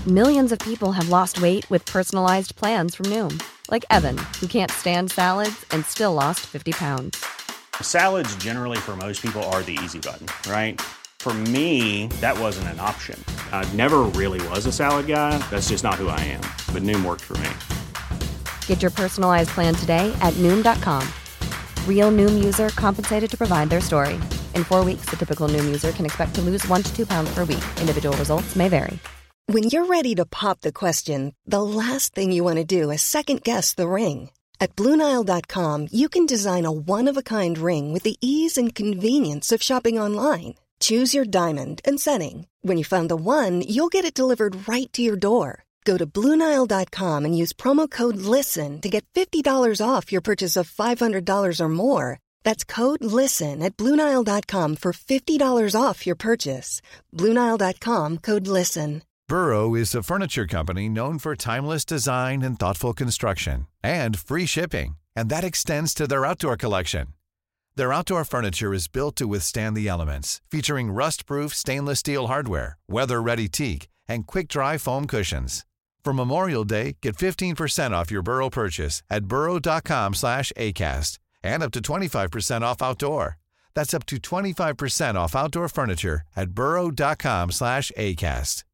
Millions of people have lost weight with personalized plans from Noom. Like Evan, who can't stand salads and still lost 50 pounds. Salads generally for most people are the easy button, right? For me, that wasn't an option. I never really was a salad guy. That's just not who I am. But Noom worked for me. Get your personalized plan today at Noom.com. Real Noom user compensated to provide their story. In 4 weeks, the typical Noom user can expect to lose 1 to 2 pounds per week. Individual results may vary. When you're ready to pop the question, the last thing you want to do is second-guess the ring. At BlueNile.com, you can design a one-of-a-kind ring with the ease and convenience of shopping online. Choose your diamond and setting. When you find the one, you'll get it delivered right to your door. Go to BlueNile.com and use promo code LISTEN to get $50 off your purchase of $500 or more. That's code LISTEN at BlueNile.com for $50 off your purchase. BlueNile.com, code LISTEN. Burrow is a furniture company known for timeless design and thoughtful construction, and free shipping, and that extends to their outdoor collection. Their outdoor furniture is built to withstand the elements, featuring rust-proof stainless steel hardware, weather-ready teak, and quick-dry foam cushions. For Memorial Day, get 15% off your Burrow purchase at burrow.com/acast, and up to 25% off outdoor. That's up to 25% off outdoor furniture at burrow.com/acast.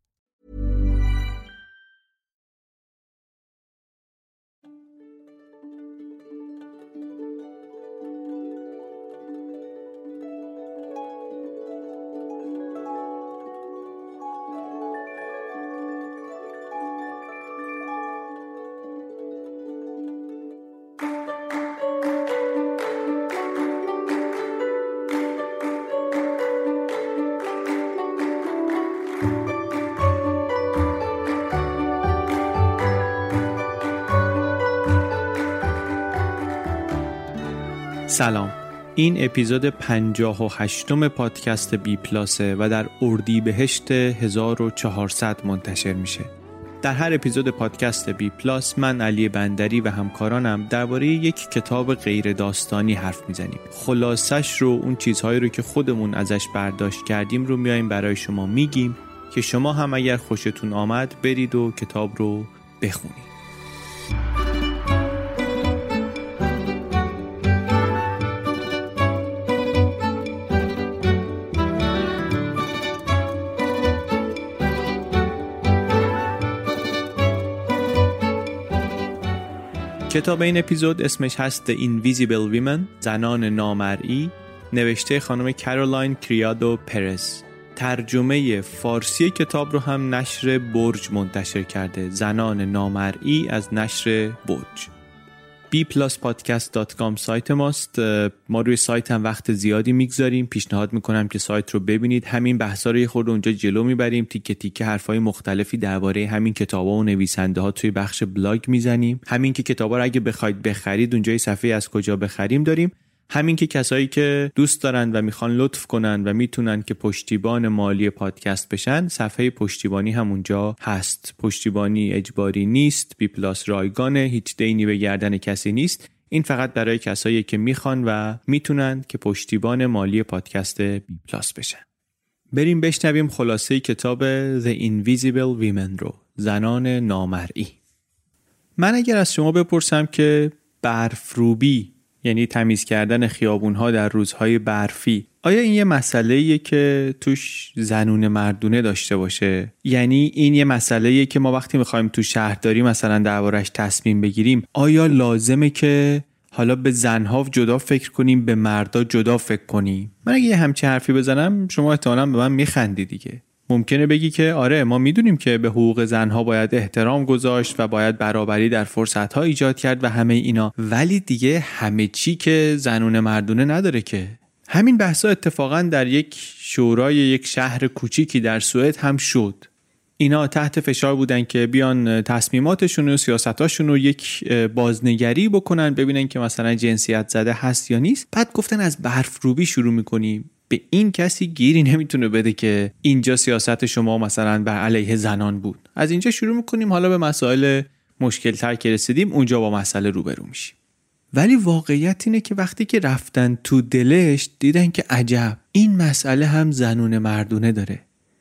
سلام، این اپیزود 58م پادکست بی پلاسه و در اردیبهشت 1400 منتشر میشه. در هر اپیزود پادکست بی پلاس من علی بندری و همکارانم درباره یک کتاب غیر داستانی حرف میزنیم. خلاصش رو، اون چیزهایی رو که خودمون ازش برداشت کردیم رو میایم برای شما میگیم که شما هم اگر خوشتون آمد برید و کتاب رو بخونید. کتاب این اپیزود اسمش هست The Invisible Women، زنان نامرئی، نوشته خانم کارولاین کریادو پرز. ترجمه فارسی کتاب رو هم نشر برج منتشر کرده، زنان نامرئی از نشر برج. bpluspodcast.com سایت ماست. ما روی سایت هم وقت زیادی میگذاریم. پیشنهاد میکنم که سایت رو ببینید. همین بحثا رو یه خورده اونجا جلو میبریم، تیکه تیکه حرفای مختلفی درباره همین کتابا و نویسنده ها توی بخش بلاگ میزنیم. همین که کتابا رو اگه بخواید بخرید اونجا یه صفحه از کجا بخریم داریم. همین که کسایی که دوست دارن و میخوان لطف کنن و میتونن که پشتیبان مالی پادکست بشن، صفحه پشتیبانی هم اونجا هست. پشتیبانی اجباری نیست، بی پلاس رایگانه، هیچ دینی به گردن کسی نیست. این فقط برای کسایی که میخوان و میتونن که پشتیبان مالی پادکست بی پلاس بشن. بریم بشنویم خلاصه کتاب The Invisible Women رو، زنان نامرئی. من اگر از شما بپرسم که برفروبی، یعنی تمیز کردن خیابون‌ها در روزهای برفی، آیا این یه مسئله‌ایه که توش زنونه مردونه داشته باشه؟ یعنی این یه مسئله‌ایه که ما وقتی می‌خوایم تو شهرداری مثلا دربارش تصمیم بگیریم، آیا لازمه که حالا به زنها جدا فکر کنیم، به مردا جدا فکر کنیم؟ من اگه یه همچین حرفی بزنم شما احتمالاً به من میخندی دیگه. ممکنه بگی که آره ما میدونیم که به حقوق زنها باید احترام گذاشت و باید برابری در فرصتها ایجاد کرد و همه اینا، ولی دیگه همه چی که زنونه مردونه نداره که. همین بحثا اتفاقا در یک شورای یک شهر کوچیکی در سوئد هم شد. اینا تحت فشار بودن که بیان تصمیماتشون و سیاستاشون رو یک بازنگری بکنن، ببینن که مثلا جنسیت زده هست یا نیست. بعد گفتن از برفروبی شروع میکنیم. به این کسی گیری نمیتونه بده که اینجا سیاست شما مثلا بر علیه زنان بود. از اینجا شروع میکنیم، حالا به مسائل مشکل تر که رسیدیم اونجا با مسئله روبرو میشیم. ولی واقعیت اینه که وقتی که رفتن تو دلش دیدن که عجب این مسئله هم زنونه مردونه داره.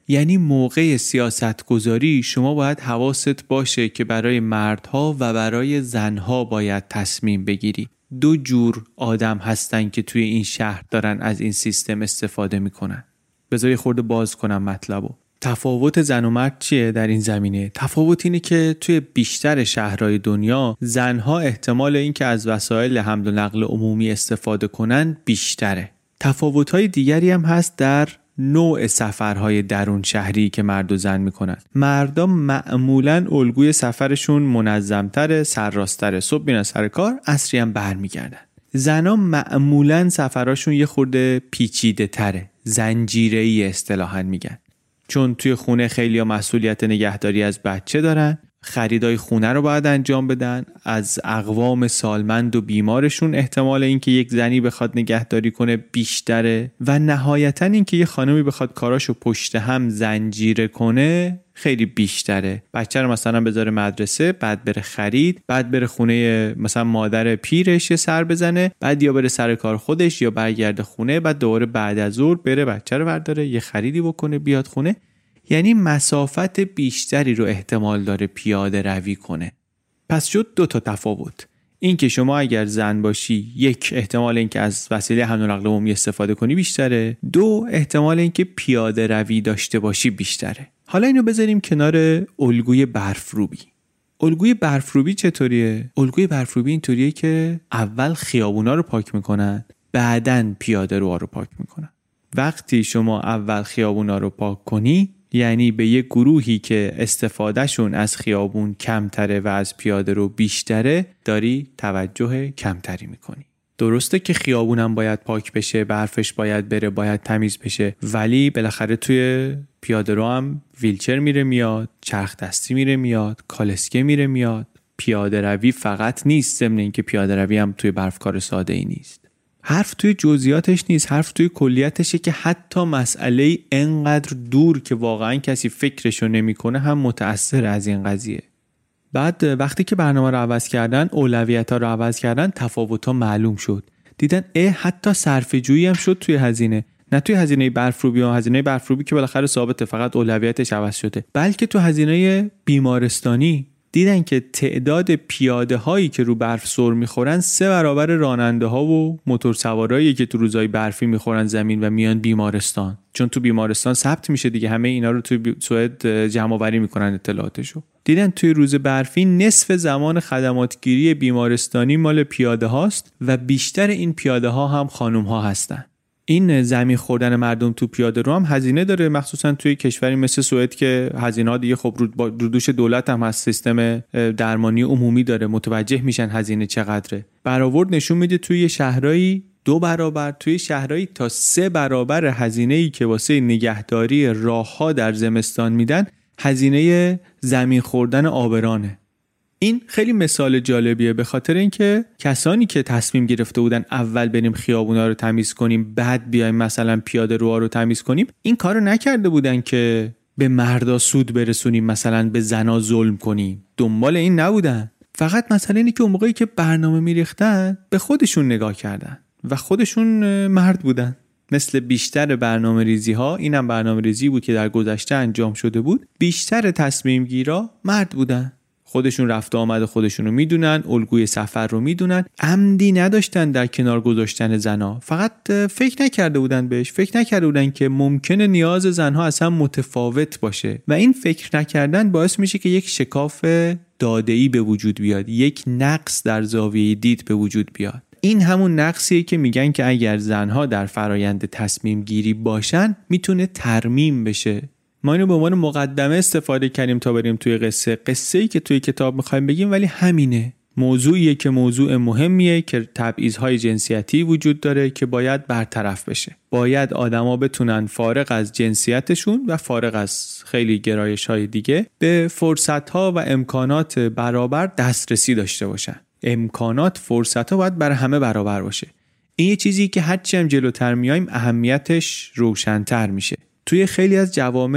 یعنی موقع سیاست گذاری شما باید حواست باشه که برای مردها و برای زنها باید تصمیم بگیری. 2 جور آدم هستن که توی این شهر دارن از این سیستم استفاده میکنن. بذاری خورده باز کنم مطلبو. تفاوت زن و مرد چیه در این زمینه؟ تفاوت اینه که توی بیشتر شهرهای دنیا زنها احتمال اینکه از وسایل حمل و نقل عمومی استفاده کنن بیشتره. تفاوت‌های دیگری هم هست در نوع سفرهای درون شهری که مرد و زن میکنن. مردا معمولاً الگوی سفرشون منظم‌تره، سرراست‌تره. صبح میرن سر کار، عصری هم برمیگردن. زنها معمولاً سفراشون یه خورده پیچیده‌تره، زنجیره‌ای اصطلاحاً میگن. چون توی خونه خیلی‌ها مسئولیت نگهداری از بچه دارن، خریدای خونه رو باید انجام بدن، از اقوام سالمند و بیمارشون احتمال اینکه یک زنی بخواد نگهداری کنه بیشتره و نهایتاً اینکه یه خانمی بخواد کاراشو پشت هم زنجیره کنه خیلی بیشتره. بچه رو مثلا بذاره مدرسه، بعد بره خرید، بعد بره خونه مثلا مادر پیرش یه سر بزنه، بعد یا بره سر کار خودش یا برگرده خونه، بعد دوباره بعد از ظهر بره بچه رو برداره یه خریدی بکنه بیاد خونه. یعنی مسافت بیشتری رو احتمال داره پیاده روی کنه. پس شد 2 تا تفاوت. این که شما اگر زن باشی، 1 احتمال این که از وسیله حمل و نقل عمومی استفاده کنی بیشتره، 2 احتمال این که پیاده روی داشته باشی بیشتره. حالا اینو بذاریم کنار الگوی برفروبی. الگوی برفروبی چطوریه؟ الگوی برفروبی اینطوریه که اول خیابونا رو پاک میکنن، بعدن پیاده روها رو پاک میکنن. وقتی شما اول خیابونا رو پاک کنی، یعنی به یک گروهی که استفادهشون از خیابون کمتره و از پیاده رو بیشتره داری توجه کمتری میکنی. درسته که خیابونم باید پاک بشه، برفش باید بره، باید تمیز بشه، ولی بالاخره توی پیاده رو هم ویلچر میره میاد، چرخ دستی میره میاد، کالسکه میره میاد. پیاده روی فقط نیست، ضمن اینکه پیاده روی هم توی برف کار ساده ای نیست. حرف توی جزئیاتش نیست، حرف توی کلیتشه که حتی مسئله اینقدر دور که واقعا کسی فکرشو نمیکنه هم متأثر از این قضیه. بعد وقتی که برنامه رو عوض کردن، اولویت‌ها رو عوض کردن، تفاوت‌ها معلوم شد. دیدن حتی صرفه‌جویی هم شد توی هزینه. نه توی هزینه برفروبی و هزینه برفروبی که بالاخره ثابته، فقط اولویتش عوض شده، بلکه تو هزینه بیمارستانی دیدن که تعداد پیاده هایی که رو برف سر میخورن 3 برابر راننده ها و موتورسوارایی که تو روزهای برفی میخورن زمین و میان بیمارستان. چون تو بیمارستان ثبت میشه دیگه، همه اینا رو توی سوئد جمع آوری میکنن اطلاعاتشو. دیدن توی روز برفی نصف زمان خدماتگیری بیمارستانی مال پیاده هاست و بیشتر این پیاده ها هم خانم ها هستن. این زمین خوردن مردم تو پیاده رو هم هزینه داره، مخصوصا توی کشوری مثل سوئد که هزینه‌ها دیگه خب رو دوش دولت هم هست، سیستم درمانی عمومی داره، متوجه میشن هزینه چقدره. برآورد نشون میده توی شهرایی 2 برابر، توی شهرایی تا 3 برابر هزینه‌ای که واسه نگهداری راه‌ها در زمستان میدن هزینه زمین خوردن آبرانه. این خیلی مثال جالبیه، به خاطر اینکه کسانی که تصمیم گرفته بودن اول بریم خیابونا رو تمیز کنیم بعد بیایم مثلا پیاده روها رو تمیز کنیم، این کارو نکرده بودن که به مردا سود برسونیم، مثلا به زنا ظلم کنیم. دنبال این نبودن. فقط مثلا اینه که اون موقعی که برنامه میریختن به خودشون نگاه کردن و خودشون مرد بودن. مثل بیشتر برنامه ریزی ها، اینم برنامه ریزی بود که در گذشته انجام شده بود، بیشتر تصمیم گیرا مرد بودن. خودشون رفت و آمد خودشون رو میدونن، الگوی سفر رو میدونن، عمدی نداشتن در کنار گذاشتن زنها، فقط فکر نکرده بودن بهش، فکر نکرده بودن که ممکنه نیاز زنها اصلا متفاوت باشه و این فکر نکردن باعث میشه که یک شکاف داده‌ای به وجود بیاد، یک نقص در زاویه دید به وجود بیاد. این همون نقصیه که میگن که اگر زنها در فرایند تصمیم گیری باشن میتونه ترمیم بشه. ما اینو به عنوان مقدمه استفاده کردیم تا بریم توی قصه‌ای که توی کتاب میخوایم بگیم، ولی همینه. موضوعیه که موضوع مهمیه که تبعیض‌های جنسیتی وجود داره که باید برطرف بشه. باید آدما بتونن فارغ از جنسیتشون و فارغ از خیلی گرایش‌های دیگه به فرصت‌ها و امکانات برابر دسترسی داشته باشن. امکانات، فرصت‌ها باید برای همه برابر باشه. این یه چیزی که هرچی هم جلوتر میایم اهمیتش روشن‌تر میشه. توی خیلی از جوامع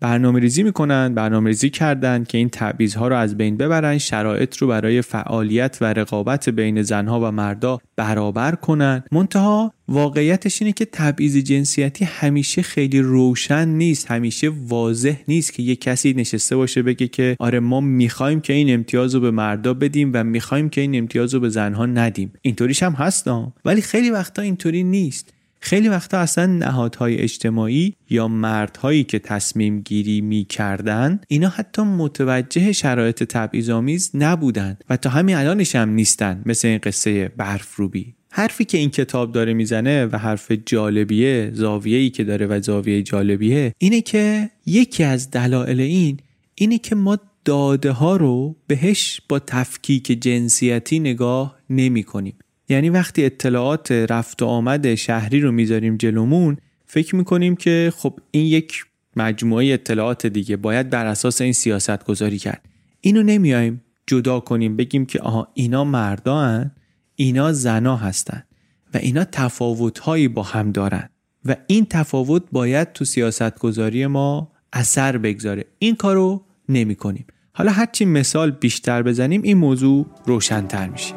برنامه‌ریزی میکنن، برنامه‌ریزی کردن که این تبعیض‌ها رو از بین ببرن، شرایط رو برای فعالیت و رقابت بین زنها و مردا برابر کنن. منتها واقعیتش اینه که تبعیض جنسیتی همیشه خیلی روشن نیست، همیشه واضح نیست که یه کسی نشسته باشه بگه که آره ما میخوایم که این امتیاز رو به مردا بدیم و میخوایم که این امتیاز رو به زنها ندیم. اینطوریش هم هست، ولی خیلی وقتا اینطوری نیست. خیلی وقتا اصلا نهادهای اجتماعی یا مردهایی که تصمیم گیری می کردن اینا حتی متوجه شرایط تبعیض‌آمیز نبودن و تا همین الانش هم نیستن، مثل این قصه برفروبی. حرفی که این کتاب داره میزنه و حرف جالبیه، زاویه‌ای که داره و زاویه جالبیه اینه که یکی از دلایل اینه که ما داده ها رو بهش با تفکیک جنسیتی نگاه نمی کنیم. یعنی وقتی اطلاعات رفت و آمد شهری رو میذاریم جلومون فکر میکنیم که خب این یک مجموعه اطلاعات دیگه، باید بر اساس این سیاست گذاری کرد. اینو نمیایم جدا کنیم بگیم که آها اینا مردا هن، اینا زنا هستن و اینا تفاوت‌هایی با هم دارن و این تفاوت باید تو سیاست گذاری ما اثر بگذاره. این کارو نمی کنیم. حالا هرچی مثال بیشتر بزنیم این موضوع روشن‌تر میشه.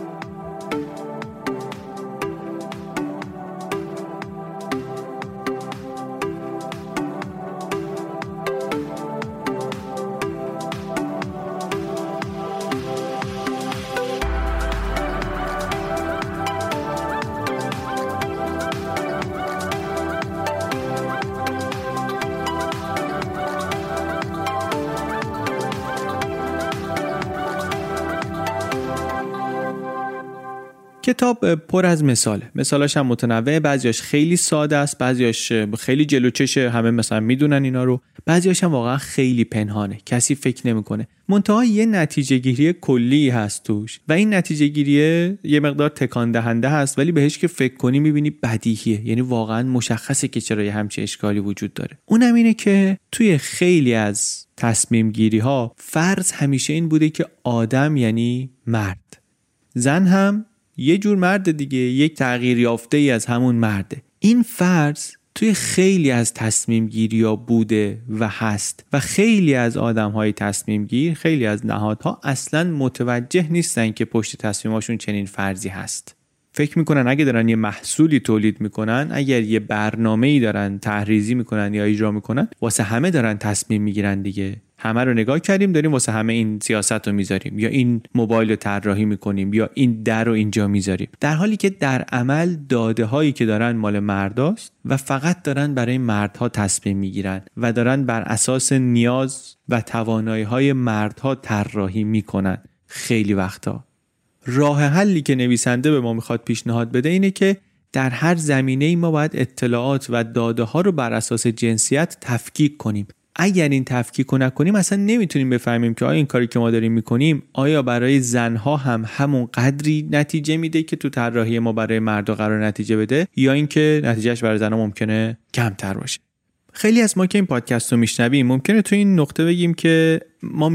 کتاب پر از مثالاش هم متنوعه، بعضیاش خیلی ساده است، بعضیاش خیلی جلو چشه، همه مثلا میدونن اینا رو، بعضیاش هم واقعا خیلی پنهانه، کسی فکر نمیکنه. منتها یه نتیجه گیری کلی هست توش و این نتیجه گیری یه مقدار تکان دهنده هست، ولی بهش که فکر کنی میبینی بدیهیه، یعنی واقعا مشخصه که چرا یه همچین اشکالی وجود داره. اونم اینه که توی خیلی از تصمیم گیری ها فرض همیشه این بوده که آدم یعنی مرد، زن هم یه جور مرد دیگه، یک تغییر یافته ای از همون مرده. این فرض توی خیلی از تصمیم گیری ها بوده و هست و خیلی از آدم های تصمیم گیر، خیلی از نهادها اصلاً متوجه نیستن که پشت تصمیماشون چنین فرضی هست. فکر میکنن اگه دارن یه محصولی تولید میکنن، اگر یه برنامه‌ای دارن طرحریزی میکنن یا اجرا میکنن، واسه همه دارن تصمیم میگیرن دیگه. همه رو نگاه کردیم داریم واسه همه این سیاست رو میذاریم یا این موبایل رو طراحی میکنیم یا این در رو اینجا میذاریم، در حالی که در عمل داده هایی که دارن مال مرداست و فقط دارن برای مردها تصمیم میگیرن و دارن بر اساس نیاز و توانایی های مردها طراحی میکنن. خیلی وقتا راه حلی که نویسنده به ما میخواد پیشنهاد بده اینه که در هر زمینه‌ای ما باید اطلاعات و داده ها رو بر اساس جنسیت تفکیک کنیم. اگر این تفکیک رو نکنیم اصلا نمیتونیم بفهمیم که آیا این کاری که ما داریم میکنیم آیا برای زنها هم همون قدری نتیجه میده که تو طراحی ما برای مردا قرار نتیجه بده، یا اینکه نتیجهش برای زنها ممکنه کمتر باشه. خیلی از ما که این پادکست رو میشنویم ممکنه تو این نقطه بگیم که ما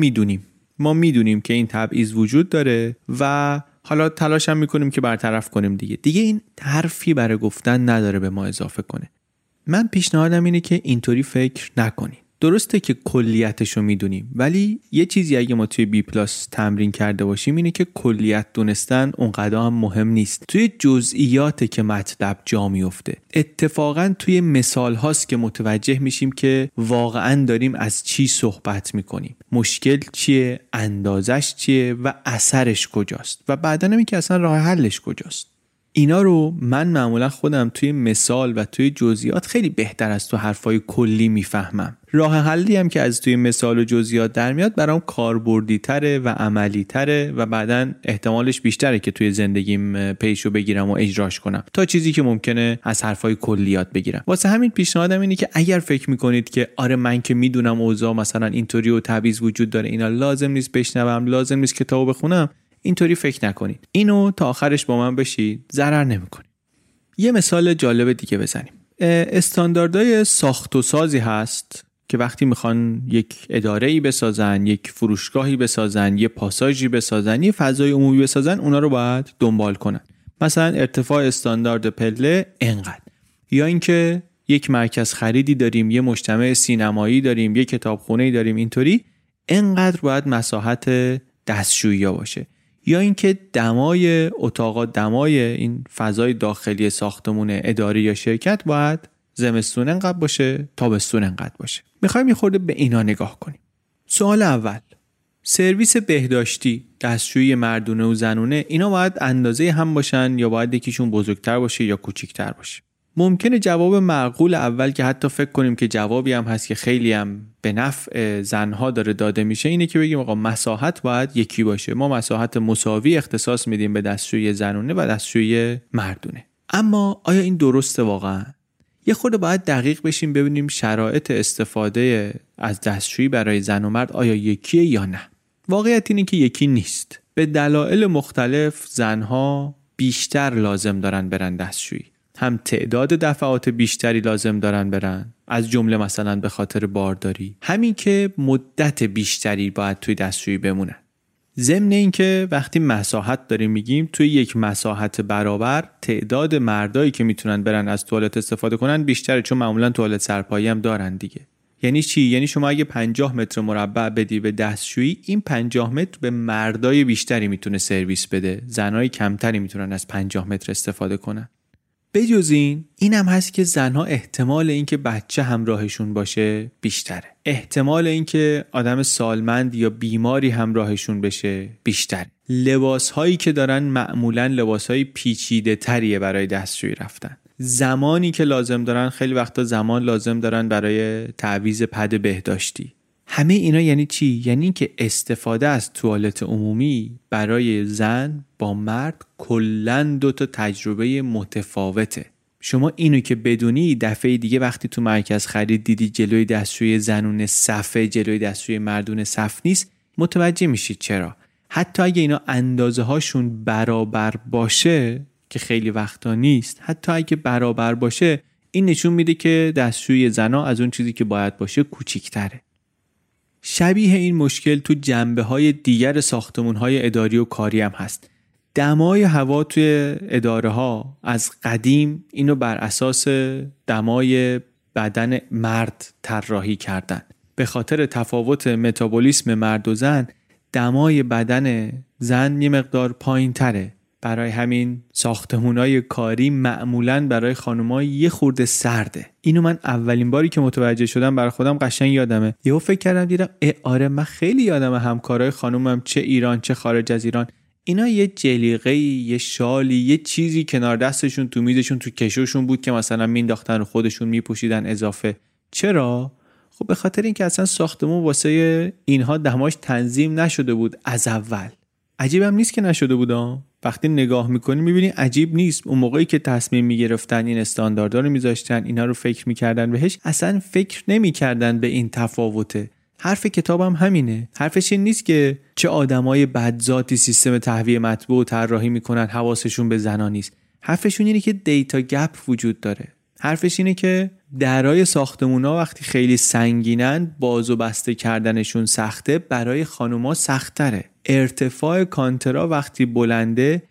میدونیم که این تبعیض وجود داره و حالا تلاش هم میکنیم که برطرف کنیم دیگه این حرفی برای گفتن نداره به ما اضافه کنه. من پیشنهادم اینه که اینطوری فکر نکنیم. درسته که کلیتشو میدونیم، ولی یه چیزی اگه ما توی بی پلاس تمرین کرده باشیم اینه که کلیت دونستن اونقدر هم مهم نیست. توی جزئیاته که مطلب جا میفته. اتفاقا توی مثال هاست که متوجه میشیم که واقعا داریم از چی صحبت میکنیم، مشکل چیه، اندازش چیه و اثرش کجاست و بعدا هم که اصلا راه حلش کجاست. اینا رو من معمولا خودم توی مثال و توی جزئیات خیلی بهتر از تو حرفای کلی میفهمم. راه حلی هم که از توی مثال و جزئیات در میاد برام کاربردی تره و عملی تره و بعداً احتمالش بیشتره که توی زندگیم پیشو بگیرم و اجراش کنم تا چیزی که ممکنه از حرفای کلیات بگیرم. واسه همین پیشنهادم اینه که اگر فکر میکنید که آره من که میدونم اوضاع مثلا اینطوری و تبعیض وجود داره، اینا لازم نیست بشنوم، لازم نیست کتابو بخونم، اینطوری فکر نکنید. اینو تا آخرش با من بشید، ضرر نمیکنید. یه مثال جالب دیگه بزنیم. استانداردهای ساخت و سازی هست که وقتی میخوان یک اداره‌ای بسازن، یک فروشگاهی بسازن، یه پاساژی بسازن، یه فضای عمومی بسازن، اونا رو باید دنبال کنن. مثلا ارتفاع استاندارد پله انقدر، یا اینکه یک مرکز خریدی داریم، یه مجتمع سینمایی داریم، یه کتابخونه‌ای داریم، اینطوری انقدر باید مساحت دستشویی باشه. یا اینکه دمای اتاقا، دمای این فضای داخلی ساختمون اداری یا شرکت باید زمستون انقدر باشه، تابستون انقدر باشه. میخوایم یه خورده به اینا نگاه کنیم. سوال اول، سرویس بهداشتی، دستشویی مردونه و زنونه، اینا باید اندازه هم باشن یا باید یکیشون بزرگتر باشه یا کوچیکتر باشه؟ ممکنه جواب معقول اول که حتی فکر کنیم که جوابی هم هست که خیلی هم به نفع زنها داره داده میشه، اینه که بگیم آقا مساحت باید یکی باشه. ما مساحت مساوی اختصاص میدیم به دستشویی زنونه و دستشویی مردونه. اما آیا این درسته واقعا؟ یه خورده باید دقیق بشیم ببینیم شرایط استفاده از دستشویی برای زن و مرد آیا یکیه یا نه. واقعیت اینه که یکی نیست. به دلایل مختلف زنها بیشتر لازم دارن برن دستشویی. هم تعداد دفعات بیشتری لازم دارن برن، از جمله مثلا به خاطر بارداری، همین که مدت بیشتری باید توی دستشویی بمونن. ضمن این که وقتی مساحت داریم میگیم توی یک مساحت برابر تعداد مردایی که میتونن برن از توالت استفاده کنن بیشتره، چون معمولا توالت سرپایی هم دارن دیگه. یعنی چی؟ یعنی شما اگه 50 متر مربع بدی به دستشویی، این 50 متر به مردای بیشتری میتونه سرویس بده، زنای کمتری میتونن از 50 متر استفاده کنن. بجز این هم هست که زنها احتمال اینکه بچه همراهشون باشه بیشتره. احتمال اینکه آدم سالمند یا بیماری همراهشون بشه بیشتره. لباسهایی که دارن معمولاً لباسهای پیچیده تریه برای دستشویی رفتن. زمانی که لازم دارن، خیلی وقتا زمان لازم دارن برای تعویض پد بهداشتی. همه اینا یعنی چی؟ یعنی که استفاده از توالت عمومی برای زن با مرد کلاً 2 تا تجربه متفاوته. شما اینو که بدونی، دفعه دیگه وقتی تو مرکز خرید دیدی جلوی دستشویی زنونه صفه، جلوی دستشویی مردونه صف نیست، متوجه میشید چرا. حتی اگه اینا اندازه هاشون برابر باشه، که خیلی وقتا نیست، حتی اگه برابر باشه، این نشون میده که دستشویی زنا از اون چیزی که باید باشه کوچیک‌تره. شبیه این مشکل تو جنبه‌های دیگر ساختمان‌های اداری و کاری هم هست. دمای هوا توی اداره‌ها از قدیم اینو بر اساس دمای بدن مرد طراحی کردن. به خاطر تفاوت متابولیسم مرد و زن، دمای بدن زن یه مقدار پایین‌تره. برای همین ساختمونای کاری معمولاً برای خانم‌ها یه خورده سرده. اینو من اولین باری که متوجه شدم برای خودم قشنگ یادمه. یهو فکر کردم دیدم آره، من خیلی یادمه همکارای خانومم چه ایران چه خارج از ایران، اینا یه جلیقه‌ای، یه شالی، یه چیزی کنار دستشون تو میزشون تو کشوشون بود که مثلا مینداختن رو خودشون میپوشیدن اضافه. چرا؟ خب به خاطر اینکه اصلا ساختمون واسه اینها دماش تنظیم نشده بود از اول. عجیبم نیست که نشده بودم. وقتی نگاه میکنی میبینی عجیب نیست. اون موقعی که تصمیم میگرفتن این استانداردها رو میذاشتن، اینا رو فکر میکردن بهش، اصلا فکر نمیکردن به این تفاوته. حرف کتابم همینه. حرفش این نیست که چه آدمای بدذاتی سیستم تهویه مطبوع طراحی میکنن حواسشون به زنا نیست. حرفشون اینه که دیتا گپ وجود داره. حرفش اینه که درای ساختمونا وقتی خیلی سنگینن، باز و بسته کردنشون سخته، برای خانوما سخت‌تره. ارتفاع کانترا وقتی بلنده،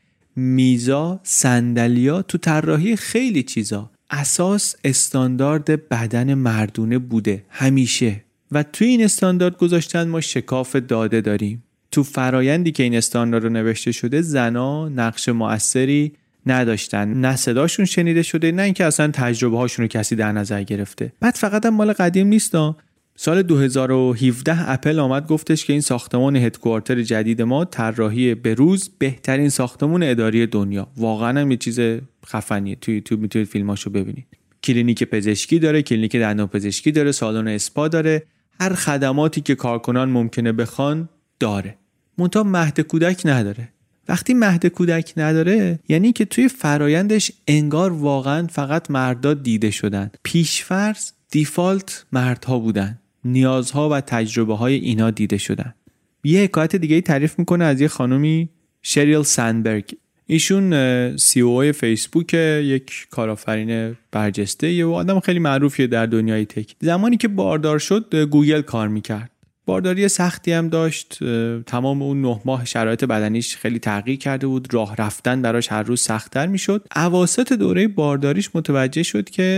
میزا، صندلیا، تو طراحی خیلی چیزا اساس استاندارد بدن مردونه بوده همیشه، و توی این استاندارد گذاشتن ما شکاف داده داریم. تو فرایندی که این استاندارد رو نوشته شده، زنا نقش مؤثری نداشتن، نه صداشون شنیده شده، نه اینکه اصلا تجربه هاشون رو کسی در نظر گرفته. بعد فقط هم مال قدیم نیستا. سال 2017 اپل آمد گفتش که این ساختمان هدکوارتر جدید ما طراحی بروز بهترین ساختمان اداری دنیا. واقعا هم یه چیز خفنیه. تو یوتیوب میتونید فیلماشو ببینید. کلینیک پزشکی داره، کلینیک دندان پزشکی داره، سالن اسپا داره، هر خدماتی که کارکنان ممکنه بخوان داره. منتها مهد کودک نداره. وقتی مهد کودک نداره یعنی که توی فرایندش انگار واقعا فقط مردا دیده شدن. پیشفرض دیفالت مردها بودن، نیازها و تجربه های اینا دیده شدن. یه حکایت دیگه تعریف میکنه از یه خانومی، شریل سندبرگ. ایشون CEO فیسبوک، یک کارآفرین برجسته و آدم خیلی معروفیه در دنیای تک. زمانی که باردار شد گوگل کار میکرد. بارداری سختی هم داشت. تمام اون 9 ماه شرایط بدنیش خیلی تغییر کرده بود. راه رفتن براش هر روز سخت‌تر میشد. اواسط دوره بارداریش متوجه شد که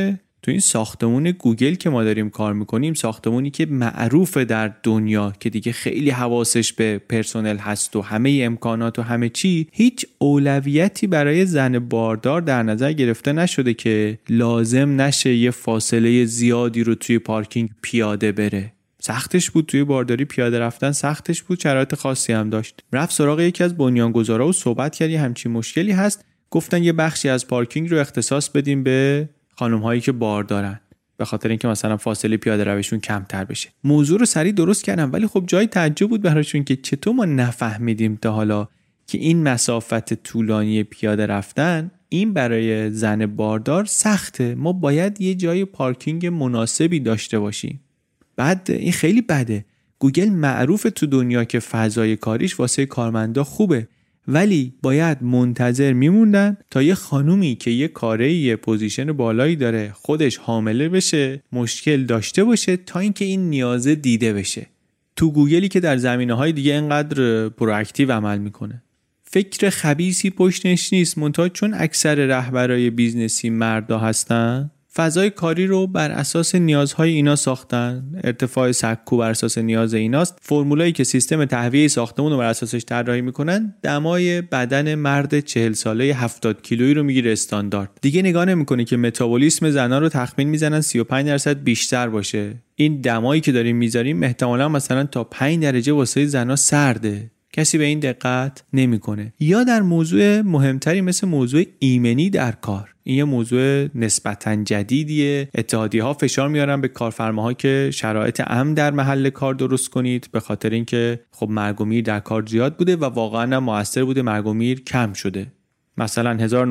تو این ساختمون گوگل که ما داریم کار میکنیم، ساختمونی که معروفه در دنیا که دیگه خیلی حواسش به پرسنل هست و همه امکانات و همه چی، هیچ اولویتی برای زن باردار در نظر گرفته نشده که لازم نشه یه فاصله زیادی رو توی پارکینگ پیاده بره. سختش بود توی بارداری پیاده رفتن، سختش بود، شرایط خاصی هم داشت. رفت سراغ یکی از بنیانگذارا و صحبت کرد، همچین مشکلی هست. گفتن یه بخشی از پارکینگ رو اختصاص بدیم به خانم‌هایی که باردارن، به خاطر اینکه مثلا فاصله پیاده رویشون کمتر بشه. موضوع رو سریع درست کردم، ولی خب جای تعجب بود براشون که چطور ما نفهمیدیم تا حالا که این مسافت طولانی پیاده رفتن این برای زن باردار سخته. ما باید یه جای پارکینگ مناسبی داشته باشیم. بعد این خیلی بده. گوگل معروفه تو دنیا که فضای کاریش واسه کارمندا خوبه، ولی باید منتظر میموندن تا یه خانومی که یه کاری یه پوزیشن بالایی داره خودش حامله بشه، مشکل داشته باشه، تا اینکه این نیازه دیده بشه. تو گوگلی که در زمینه‌های دیگه اینقدر پرواکتیو عمل میکنه. فکر خبیثی پشتش نیست، منتها چون اکثر رهبرای بیزنسی مردا هستن، فضای کاری رو بر اساس نیازهای اینا ساختن. ارتفاع سکو بر اساس نیاز ایناست. فرمولایی که سیستم تهویه ساختمون رو بر اساسش طراحی میکنن دمای بدن مرد 40 ساله 70 کیلویی رو میگیره استاندارد. دیگه نگاه نمیکنه که متابولیسم زنا رو تخمین میزنن 35% بیشتر باشه. این دمایی که داریم میذاریم احتمالاً مثلا تا 5 درجه واسه زنا سرده. کسی به این دقت نمیکنه. یا در موضوع مهمتری مثل موضوع ایمنی در کار، این یه موضوع نسبتاً جدیدیه. اتحادیه‌ها فشار میارن به کارفرماها که شرایط امن در محل کار درست کنید، به خاطر اینکه خب مرگ و میر در کار زیاد بوده و واقعاً هم موثر بوده، مرگ و میر کم شده. مثلا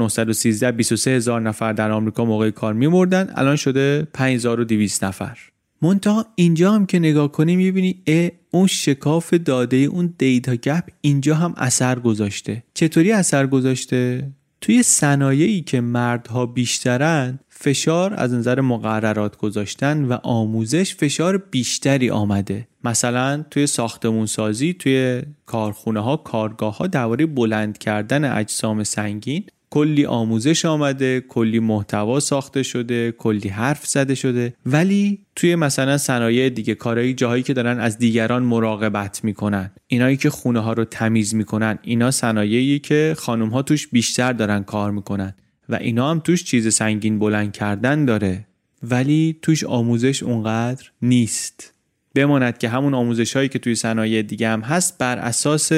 1913 23,000 نفر در آمریکا موقع کار میمردن، الان شده 5200 نفر. منتها اینجا هم که نگاه کنیم میبینی اون شکاف داده، اون دیتا گپ اینجا هم اثر گذاشته. چطوری اثر گذاشته؟ توی صنایعی که مردها بیشترن فشار از نظر مقررات گذاشتن و آموزش فشار بیشتری آمده. مثلا توی ساختمون سازی، توی کارخونه ها، کارگاه ها درباره بلند کردن اجسام سنگین کلی آموزش آمده، کلی محتوا ساخته شده، کلی حرف زده شده. ولی توی مثلا صنایع دیگه، کارهای جاهایی که دارن از دیگران مراقبت میکنن، اینایی که خونه ها رو تمیز میکنن، اینا صنایعی که خانم ها توش بیشتر دارن کار میکنن و اینا هم توش چیز سنگین بلند کردن داره، ولی توش آموزش اونقدر نیست. بماند که همون آموزش هایی که توی صنایع دیگه هم هست بر اساس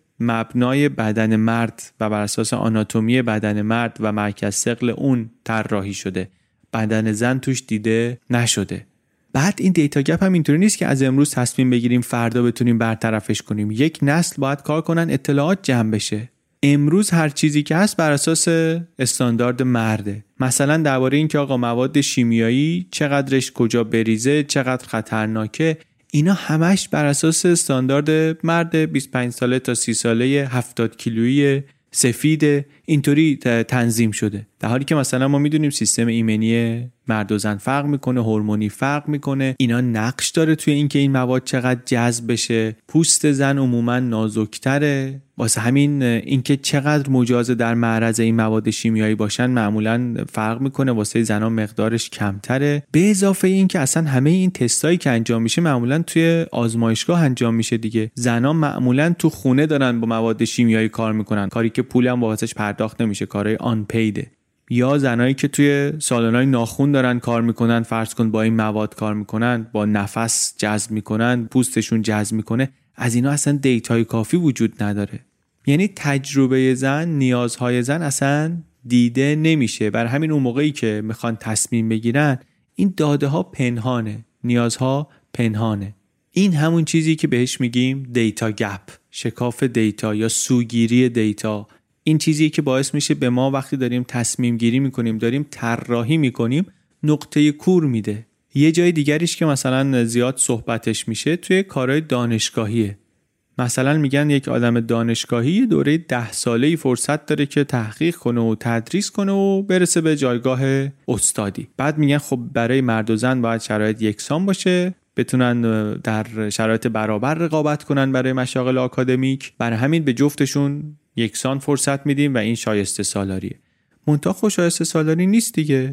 مبنای بدن مرد و بر اساس آناتومی بدن مرد و مرکز ثقل اون طراحی شده، بدن زن توش دیده نشده. بعد این دیتا گپ هم اینطوری نیست که از امروز تصمیم بگیریم فردا بتونیم برطرفش کنیم. یک نسل باید کار کنن اطلاعات جمع بشه. امروز هر چیزی که هست بر اساس استاندارد مرده. مثلا درباره این که آقا مواد شیمیایی چقدرش کجا بریزه، چقدر خطرناکه، اینا همش بر اساس استاندارد مرد 25 ساله تا 30 ساله 70 کیلویی سفید اینطوری تنظیم شده. در حالی که مثلا ما میدونیم سیستم ایمنی مرد و زن فرق میکنه، هورمونی فرق میکنه، اینا نقش داره توی اینکه این مواد چقدر جذب بشه. پوست زن عموما نازکتره، واسه همین اینکه چقدر مجاز در معرض این مواد شیمیایی باشن معمولا فرق میکنه، واسه زنان مقدارش کمتره. به اضافه اینکه اصلا همه این تستایی که انجام میشه معمولا توی آزمایشگاه انجام میشه دیگه. زنان معمولا تو خونه دارن با مواد شیمیایی کار میکنن، کاری که پولی هم واسش پرداخت نمیشه، کارهای آن پیده. یا زنایی که توی سالن‌های ناخن دارن کار میکنن، فرض کن با این مواد کار میکنن، با نفس جذب میکنن، پوستشون جذب میکنه، از اینا اصلا دیتای کافی وجود نداره. یعنی تجربه زن، نیازهای زن اصلا دیده نمیشه. بر همین اون موقعی که میخوان تصمیم بگیرن این داده ها پنهانه، نیازها پنهانه. این همون چیزی که بهش میگیم دیتا گپ، شکاف دیتا یا سوگیری دیتا. این چیزی که باعث میشه به ما وقتی داریم تصمیم گیری میکنیم، داریم طراحی میکنیم، نقطه کور میده. یه جای دیگریش که مثلا زیاد صحبتش میشه توی کارهای دانشگاهیه. مثلا میگن یک آدم دانشگاهی دوره 10 ساله‌ای فرصت داره که تحقیق کنه و تدریس کنه و برسه به جایگاه استادی. بعد میگن خب برای مرد و زن باید شرایط یکسان باشه، بتونن در شرایط برابر رقابت کنن برای مشاغل آکادمیک. برای همین به جفتشون یکسان فرصت میدیم و این شایسته سالاریه. منتها شایسته سالاری نیست دیگه.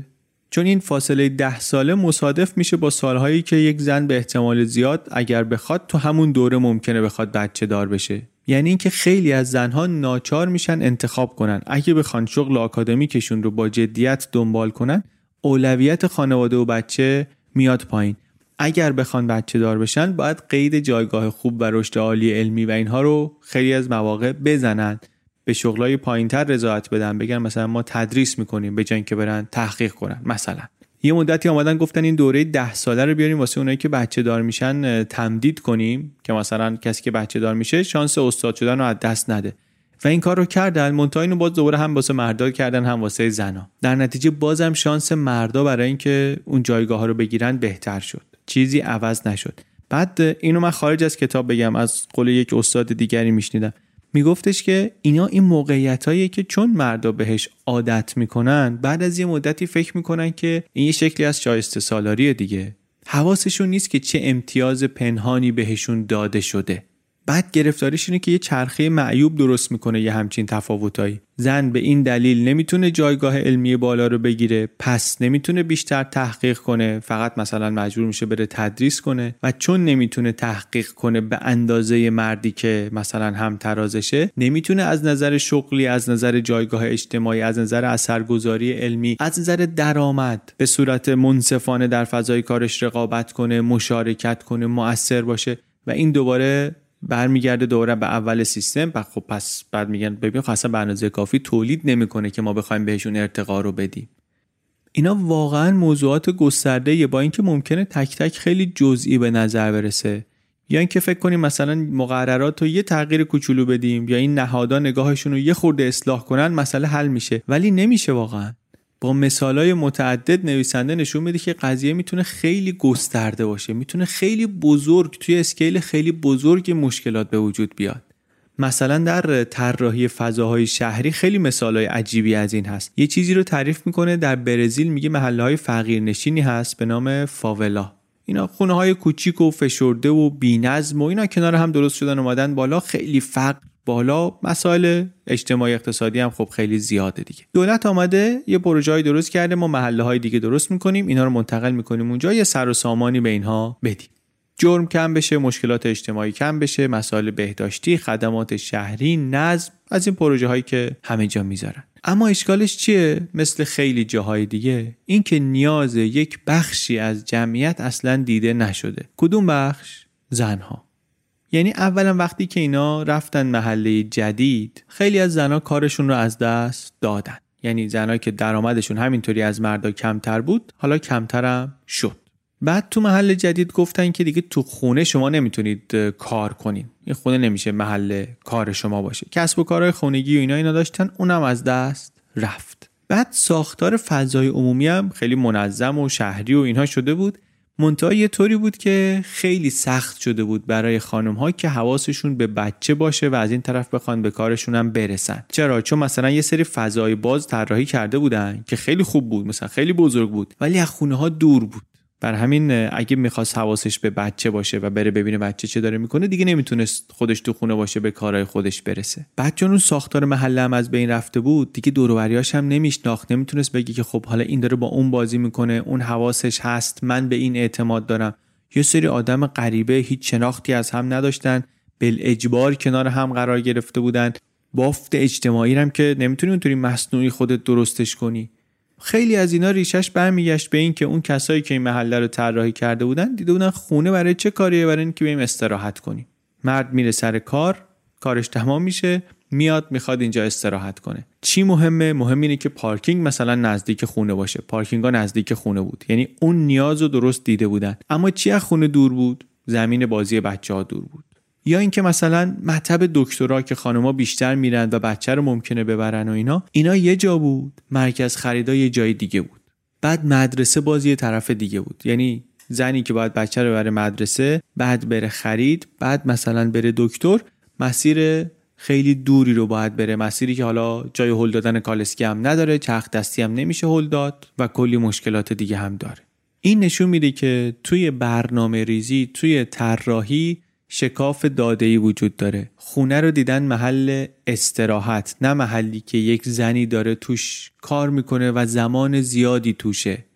چون این فاصله 10 ساله مصادف میشه با سالهایی که یک زن به احتمال زیاد اگر بخواد تو همون دوره ممکنه بخواد بچه دار بشه. یعنی اینکه خیلی از زنها ناچار میشن انتخاب کنن اگه بخوان شغل آکادمیکشون رو با جدیت دنبال کنن، اولویت خانواده و بچه میاد پایین. اگر بخوان بچه دار بشن باید قید جایگاه خوب و رشد عالی علمی و اینها رو خیلی از مواقع بزنن، به شغلای پایینتر رضایت بدن، بگن مثلا ما تدریس میکنیم به جای اینکه برن تحقیق کنن. مثلا یه مدتی آمدن گفتن این دوره 10 ساله رو بیاریم واسه اونایی که بچه دار میشن تمدید کنیم که مثلا کسی که بچه دار میشه شانس استاد شدن رو از دست نده و این کار رو کردن. منتها اینو باز دوباره هم واسه مردا کردن هم واسه زنا. در نتیجه بازم شانس مردا برای اینکه اون جایگاه‌ها رو بگیرن بهتر شد، چیزی عوض نشد. بعد اینو من خارج از کتاب بگم، از قول یک استاد دیگری میشنیدم، میگفتش که اینا این موقعیتاییه که چون مردا بهش عادت میکنن بعد از یه مدتی فکر میکنن که این یه شکلی از شایسته سالاریه دیگه. حواسشون نیست که چه امتیاز پنهانی بهشون داده شده. بعد گرفتاریش اینه که یه چرخه معیوب درست میکنه یه همچین تفاوتایی. زن به این دلیل نمیتونه جایگاه علمی بالا رو بگیره، پس نمیتونه بیشتر تحقیق کنه، فقط مثلا مجبور میشه بره تدریس کنه و چون نمیتونه تحقیق کنه به اندازه مردی که مثلا هم ترازشه، نمیتونه از نظر شغلی، از نظر جایگاه اجتماعی، از نظر اثرگذاری علمی، از نظر درآمد به صورت منصفانه در فضای کارش رقابت کنه، مشارکت کنه، مؤثر باشه و این دوباره برمیگرده دوباره به اول سیستم. و خب پس بعد میگن ببین اصلا به اندازه کافی تولید نمیکنه که ما بخوایم بهشون ارتقا رو بدیم. اینا واقعا موضوعات گسترده‌ای، با اینکه ممکنه تک تک خیلی جزئی به نظر برسه، یا اینکه فکر کنیم مثلا مقررات رو یه تغییر کوچولو بدیم یا این نهادها نگاهشون رو یه خورده اصلاح کنن مسئله حل میشه، ولی نمیشه. واقعا با مثالای متعدد نویسنده نشون میده که قضیه میتونه خیلی گسترده باشه، میتونه خیلی بزرگ توی اسکیل خیلی بزرگ مشکلات به وجود بیاد. مثلا در طراحی فضاهای شهری خیلی مثالای عجیبی از این هست. یه چیزی رو تعریف میکنه در برزیل، میگه محله‌های فقیرنشینی هست به نام فاولا. اینا خونه‌های کوچیک و فشرده و بی‌نظم و اینا کنار هم درست شدن اومدن بالا، خیلی فقر بالا، مسائل اجتماعی اقتصادی هم خب خیلی زیاده دیگه. دولت آمده یه پروژه‌ای درست کرده، ما محله‌های دیگه درست می‌کنیم، اینا رو منتقل می‌کنیم اونجا، یه سر و سامانی به اینها بدیم، جرم کم بشه، مشکلات اجتماعی کم بشه، مسائل بهداشتی، خدمات شهری، نظم، از این پروژه‌هایی که همه جا میذارن. اما اشکالش چیه؟ مثل خیلی جاهای دیگه این که نیاز یک بخشی از جمعیت اصلاً دیده نشده. کدوم بخش؟ زنها. یعنی اولا وقتی که اینا رفتن محله جدید، خیلی از زنها کارشون رو از دست دادن. یعنی زنایی که درآمدشون همینطوری از مردا کمتر بود، حالا کمترم شد. بعد تو محل جدید گفتن که دیگه تو خونه شما نمیتونید کار کنین. این خونه نمیشه محل کار شما باشه. کسب و کارهای خانگی و اینا داشتن، اونم از دست رفت. بعد ساختار فضای عمومی هم خیلی منظم و شهری و اینها شده بود. منتها یه طوری بود که خیلی سخت شده بود برای خانم‌ها که حواسشون به بچه باشه و از این طرف بخوان به کارشون هم برسن. چرا؟ چون مثلا یه سری فضای باز طراحی کرده بودن که خیلی خوب بود، مثلا خیلی بزرگ بود، ولی از خونه‌ها دور بود. بر همین اگه میخواست حواسش به بچه باشه و بره ببینه بچه چه داره میکنه، دیگه نمیتونست خودش تو خونه باشه به کارهای خودش برسه. بعد چون اون ساختار محله هم از بین رفته بود، دیگه دور و بریاش هم نمیشناخت، نمیتونست بگه که خب حالا این داره با اون بازی میکنه، اون حواسش هست، من به این اعتماد دارم. یه سری آدم غریبه هیچ شناختی از هم نداشتن، بالاجبار کنار هم قرار گرفته بودن. بافت اجتماعی هم که نمیتونی اونطوری مصنوعی خودت درستش کنی. خیلی از اینا ریشش برمیگشت به این که اون کسایی که این محله رو طراحی کرده بودن دیده بودن خونه برای چه کاریه؟ برای اینکه بریم استراحت کنیم. مرد میره سر کار، کارش تمام میشه، میاد میخواد اینجا استراحت کنه. چی مهمه؟ مهم اینه که پارکینگ مثلا نزدیک خونه باشه. پارکینگا نزدیک خونه بود، یعنی اون نیازو درست دیده بودن. اما چی از خونه دور بود؟ زمین بازی بچه‌ها دور بود. یا اینکه مثلا مطب دکترا که خانم‌ها بیشتر میرن و بچه رو ممکنه ببرن و اینا یه جا بود، مرکز خریدا یه جای دیگه بود. بعد مدرسه باز یه طرف دیگه بود، یعنی زنی که باید بچه رو بره مدرسه، بعد بره خرید، بعد مثلا بره دکتر، مسیر خیلی دوری رو باید بره، مسیری که حالا جای هل دادن کالسکی هم نداره، چرخ دستی هم نمیشه هل داد و کلی مشکلات دیگه هم داره. این نشون میده که توی برنامه ریزی، توی طراحی شکاف داده‌ای وجود داره. خونه رو دیدن محل استراحت، نه محلی که یک زنی داره توش کار میکنه و زمان زیادی توشه.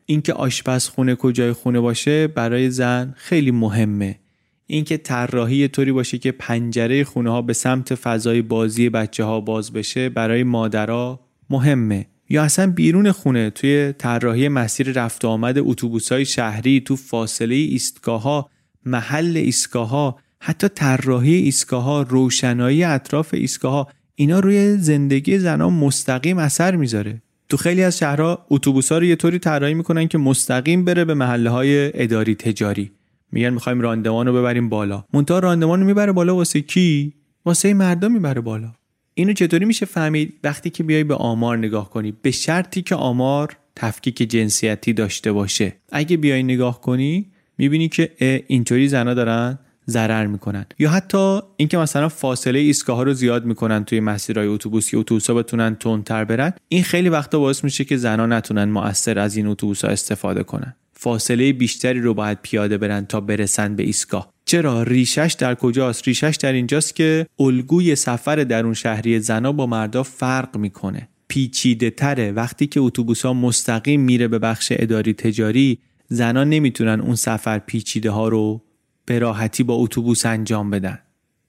اینکه آشپزخونه کجای خونه باشه برای زن خیلی مهمه. اینکه طراحی طوری باشه که پنجره خونه ها به سمت فضای بازی بچه ها باز بشه برای مادرها مهمه. یا اصلا بیرون خونه توی طراحی مسیر رفت و آمد اتوبوس‌های شهری، تو فاصله ایستگاه‌ها، محل ایستگاه‌ها، حتی طراحی ایستگاه‌ها، روشنایی اطراف ایستگاه‌ها، اینا روی زندگی زنان مستقیم اثر میذاره. تو خیلی از شهرها اتوبوس‌ها رو یه طوری طراحی میکنن که مستقیم بره به محله‌های اداری تجاری. میگن می‌خوایم راندمان رو ببریم بالا. منتها راندمان رو میبره بالا واسه کی؟ واسه مردم میبره بالا. اینو چطوری میشه فهمید؟ وقتی که بیای به آمار نگاه کنی، به شرطی که آمار تفکیک جنسیتی داشته باشه. اگه بیای نگاه کنی میبینی که اینطوری زنا دارن ضرر میکنن. یا حتی اینکه مثلا فاصله ایستگاه‌ها رو زیاد میکنن توی مسیرهای اتوبوسی، اتوبوس‌ها بتونن تندتر برن. این خیلی وقتا باعث میشه که زنا نتونن مؤثر از این اتوبوس‌ها استفاده کنن. فاصله بیشتری رو باید پیاده برن تا برسن به ایستگاه. چرا؟ ریشش در کجاست؟ ریشش در اینجاست که الگوی سفر درون شهری زنا با مردا فرق میکنه. پیچیده تره. وقتی که اتوبوس‌ها مستقیم میره به بخش اداری تجاری، زنا نمیتونن اون سفر پیچیده ها رو به راحتی با اتوبوس انجام بدن.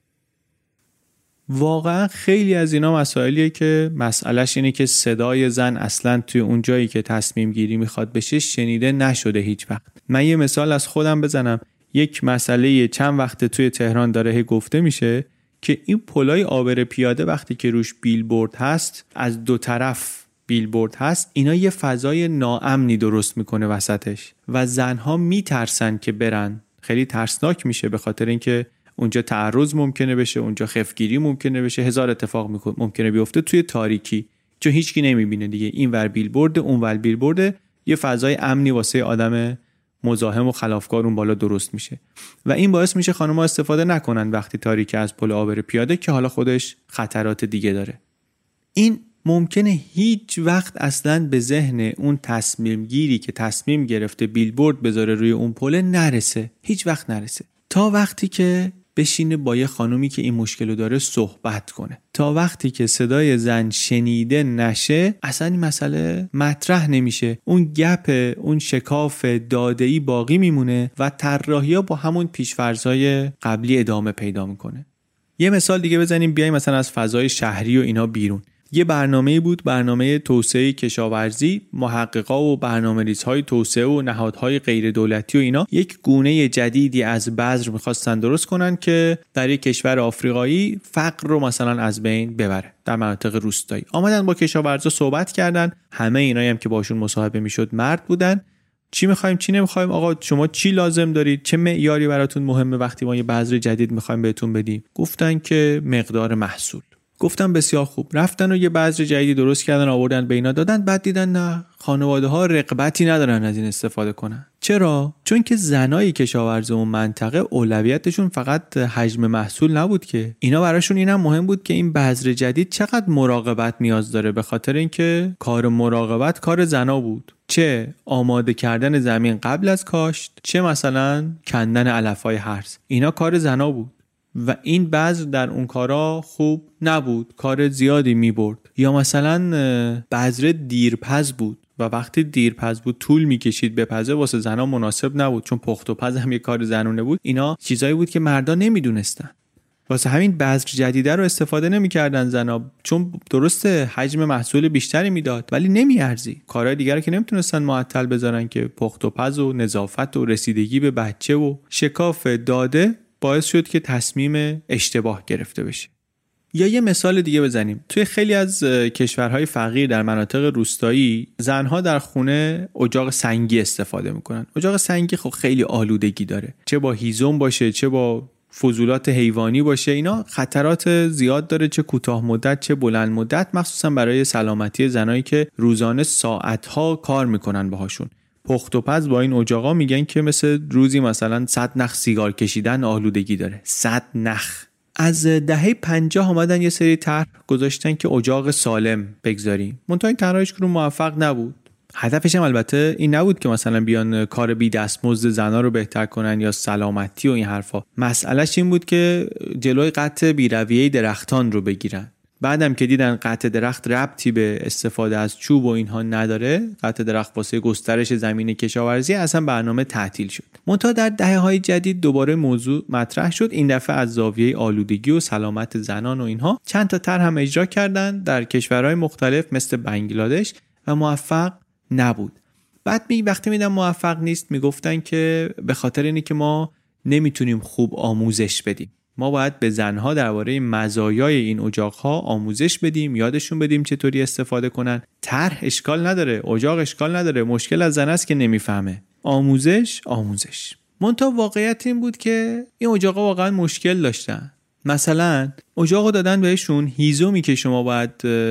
واقعا خیلی از اینا مسائلیه که مسئلهش اینه که صدای زن اصلا توی اون جایی که تصمیم گیری میخواد بشه شنیده نشده هیچ وقت. من یه مثال از خودم بزنم. یک مسئله چند وقت توی تهران داره گفته میشه که این پلای عابر پیاده وقتی که روش بیلبورد هست، از دو طرف بیلبورد هست، اینا یه فضای ناامنی درست میکنه وسطش و زنها میترسن که برن. خیلی ترسناک میشه به خاطر اینکه اونجا تعرض ممکنه بشه، اونجا خفگیری ممکنه بشه، هزار اتفاق ممکنه بیفته توی تاریکی، چون هیچکی نمیبینه دیگه. این ور بیلبورد، اون ور بیلبورد، یه فضای امنی واسه آدم مزاحم و خلافکار اون بالا درست میشه و این باعث میشه خانم‌ها استفاده نکنن وقتی تاریکی از پل عابر پیاده که حالا خودش خطرات دیگه داره. این ممکنه هیچ وقت اصلاً به ذهن اون تصمیم گیری که تصمیم گرفته بیلبورد بذاره روی اون پل نرسه. هیچ وقت نرسه. تا وقتی که بشینه با یه خانومی که این مشکلو داره صحبت کنه. تا وقتی که صدای زن شنیده نشه اصلا این مسئله مطرح نمیشه. اون گپ، اون شکاف داده‌ای باقی میمونه و طراحی‌ها با همون پیش‌فرض‌های قبلی ادامه پیدا میکنه. یه مثال دیگه بزنیم، بیایم مثلا از فضای شهری و اینا بیرون. یه برنامه‌ای بود، برنامه توسعه کشاورزی، محققا و برنامه‌ریزهای توسعه و نهادهای غیر دولتی و اینا یک گونه جدیدی از بذر می‌خواستن درست کنن که در یک کشور آفریقایی فقر رو مثلا از بین ببره در مناطق روستایی. آمدن با کشاورزا صحبت کردن، همه اینایی هم که باشون مصاحبه میشد مرد بودن. چی می‌خوایم چی نمی‌خوایم، آقا شما چی لازم دارید، چه معیاری براتون مهمه وقتی ما یه بذر جدید می‌خوایم بهتون بدیم؟ گفتن که مقدار محصول. گفتم بسیار خوب. رفتن و یه بذر جدیدی درست کردن، آوردن به اینا دادن. بعد دیدن نه، خانواده ها رغبتی ندارن از این استفاده کنن. چرا؟ چون که زنای کشاورز اون منطقه اولویتشون فقط حجم محصول نبود که اینا براشون اینم مهم بود که این بذر جدید چقدر مراقبت نیاز داره، به خاطر اینکه کار مراقبت کار زنا بود. چه آماده کردن زمین قبل از کاشت، چه مثلا کندن علف‌های هرز، اینا کار زنا بود. و این بذر در اون کارا خوب نبود، کار زیادی میبرد. یا مثلا بذر دیرپز بود و وقتی دیرپز بود طول میکشید بپزه، واسه زنا مناسب نبود چون پخت و پز هم یه کار زنونه بود. اینا چیزایی بود که مردا نمیدونستن. واسه همین بذر جدیده رو استفاده نمیکردن زنا، چون درسته حجم محصول بیشتری میداد ولی نمیارزی. کارهای دیگر رو که نمیتونستن معطل بذارن که پخت و پز و نظافت و رسیدگی به بچه و شکاف داده باعث شد که تصمیم اشتباه گرفته بشه. یا یه مثال دیگه بزنیم. توی خیلی از کشورهای فقیر در مناطق روستایی زنها در خونه اجاق سنگی استفاده میکنن. اجاق سنگی خب خیلی آلودگی داره، چه با هیزم باشه چه با فضولات حیوانی باشه، اینا خطرات زیاد داره، چه کوتاه مدت چه بلند مدت، مخصوصا برای سلامتی زنایی که روزانه ساعتها کار میکنن باهاشون. پخت و پز با این اجاقا میگن که مثل روزی مثلا 100 نخ سیگار کشیدن آلودگی داره. 100 نخ. از دهه 50 اومدن یه سری طرح گذاشتن که اجاق سالم بگذاریم. منتها این طرحش که موفق نبود. هدفش هم البته این نبود که مثلا بیان کار بی دستمزد زنا رو بهتر کنن یا سلامتی و این حرفا. مسئلهش این بود که جلوی قطع بی‌رویه درختان رو بگیرن. بعدم که دیدن قطع درخت ربطی به استفاده از چوب و اینها نداره، قطع درخت واسه گسترش زمین کشاورزی، اصلا برنامه تعطیل شد. منتها در دهه‌های جدید دوباره موضوع مطرح شد، این دفعه از زاویه آلودگی و سلامت زنان و اینها چند تا طرح هم اجرا کردن در کشورهای مختلف مثل بنگلادش و موفق نبود. بعد وقتی میدن موفق نیست میگفتن که به خاطر اینه که ما نمیتونیم خوب آموزش بدیم. ما باید به زنها درباره مزایای این اجاق‌ها آموزش بدیم، یادشون بدیم چطوری استفاده کنن. طرح اشکال نداره، اجاق اشکال نداره، مشکل از زن است که نمیفهمه. آموزش. منتها واقعیت این بود که این اجاق‌ها واقعا مشکل داشتن. مثلا اجاقو دادن بهشون، هیزومی که شما باید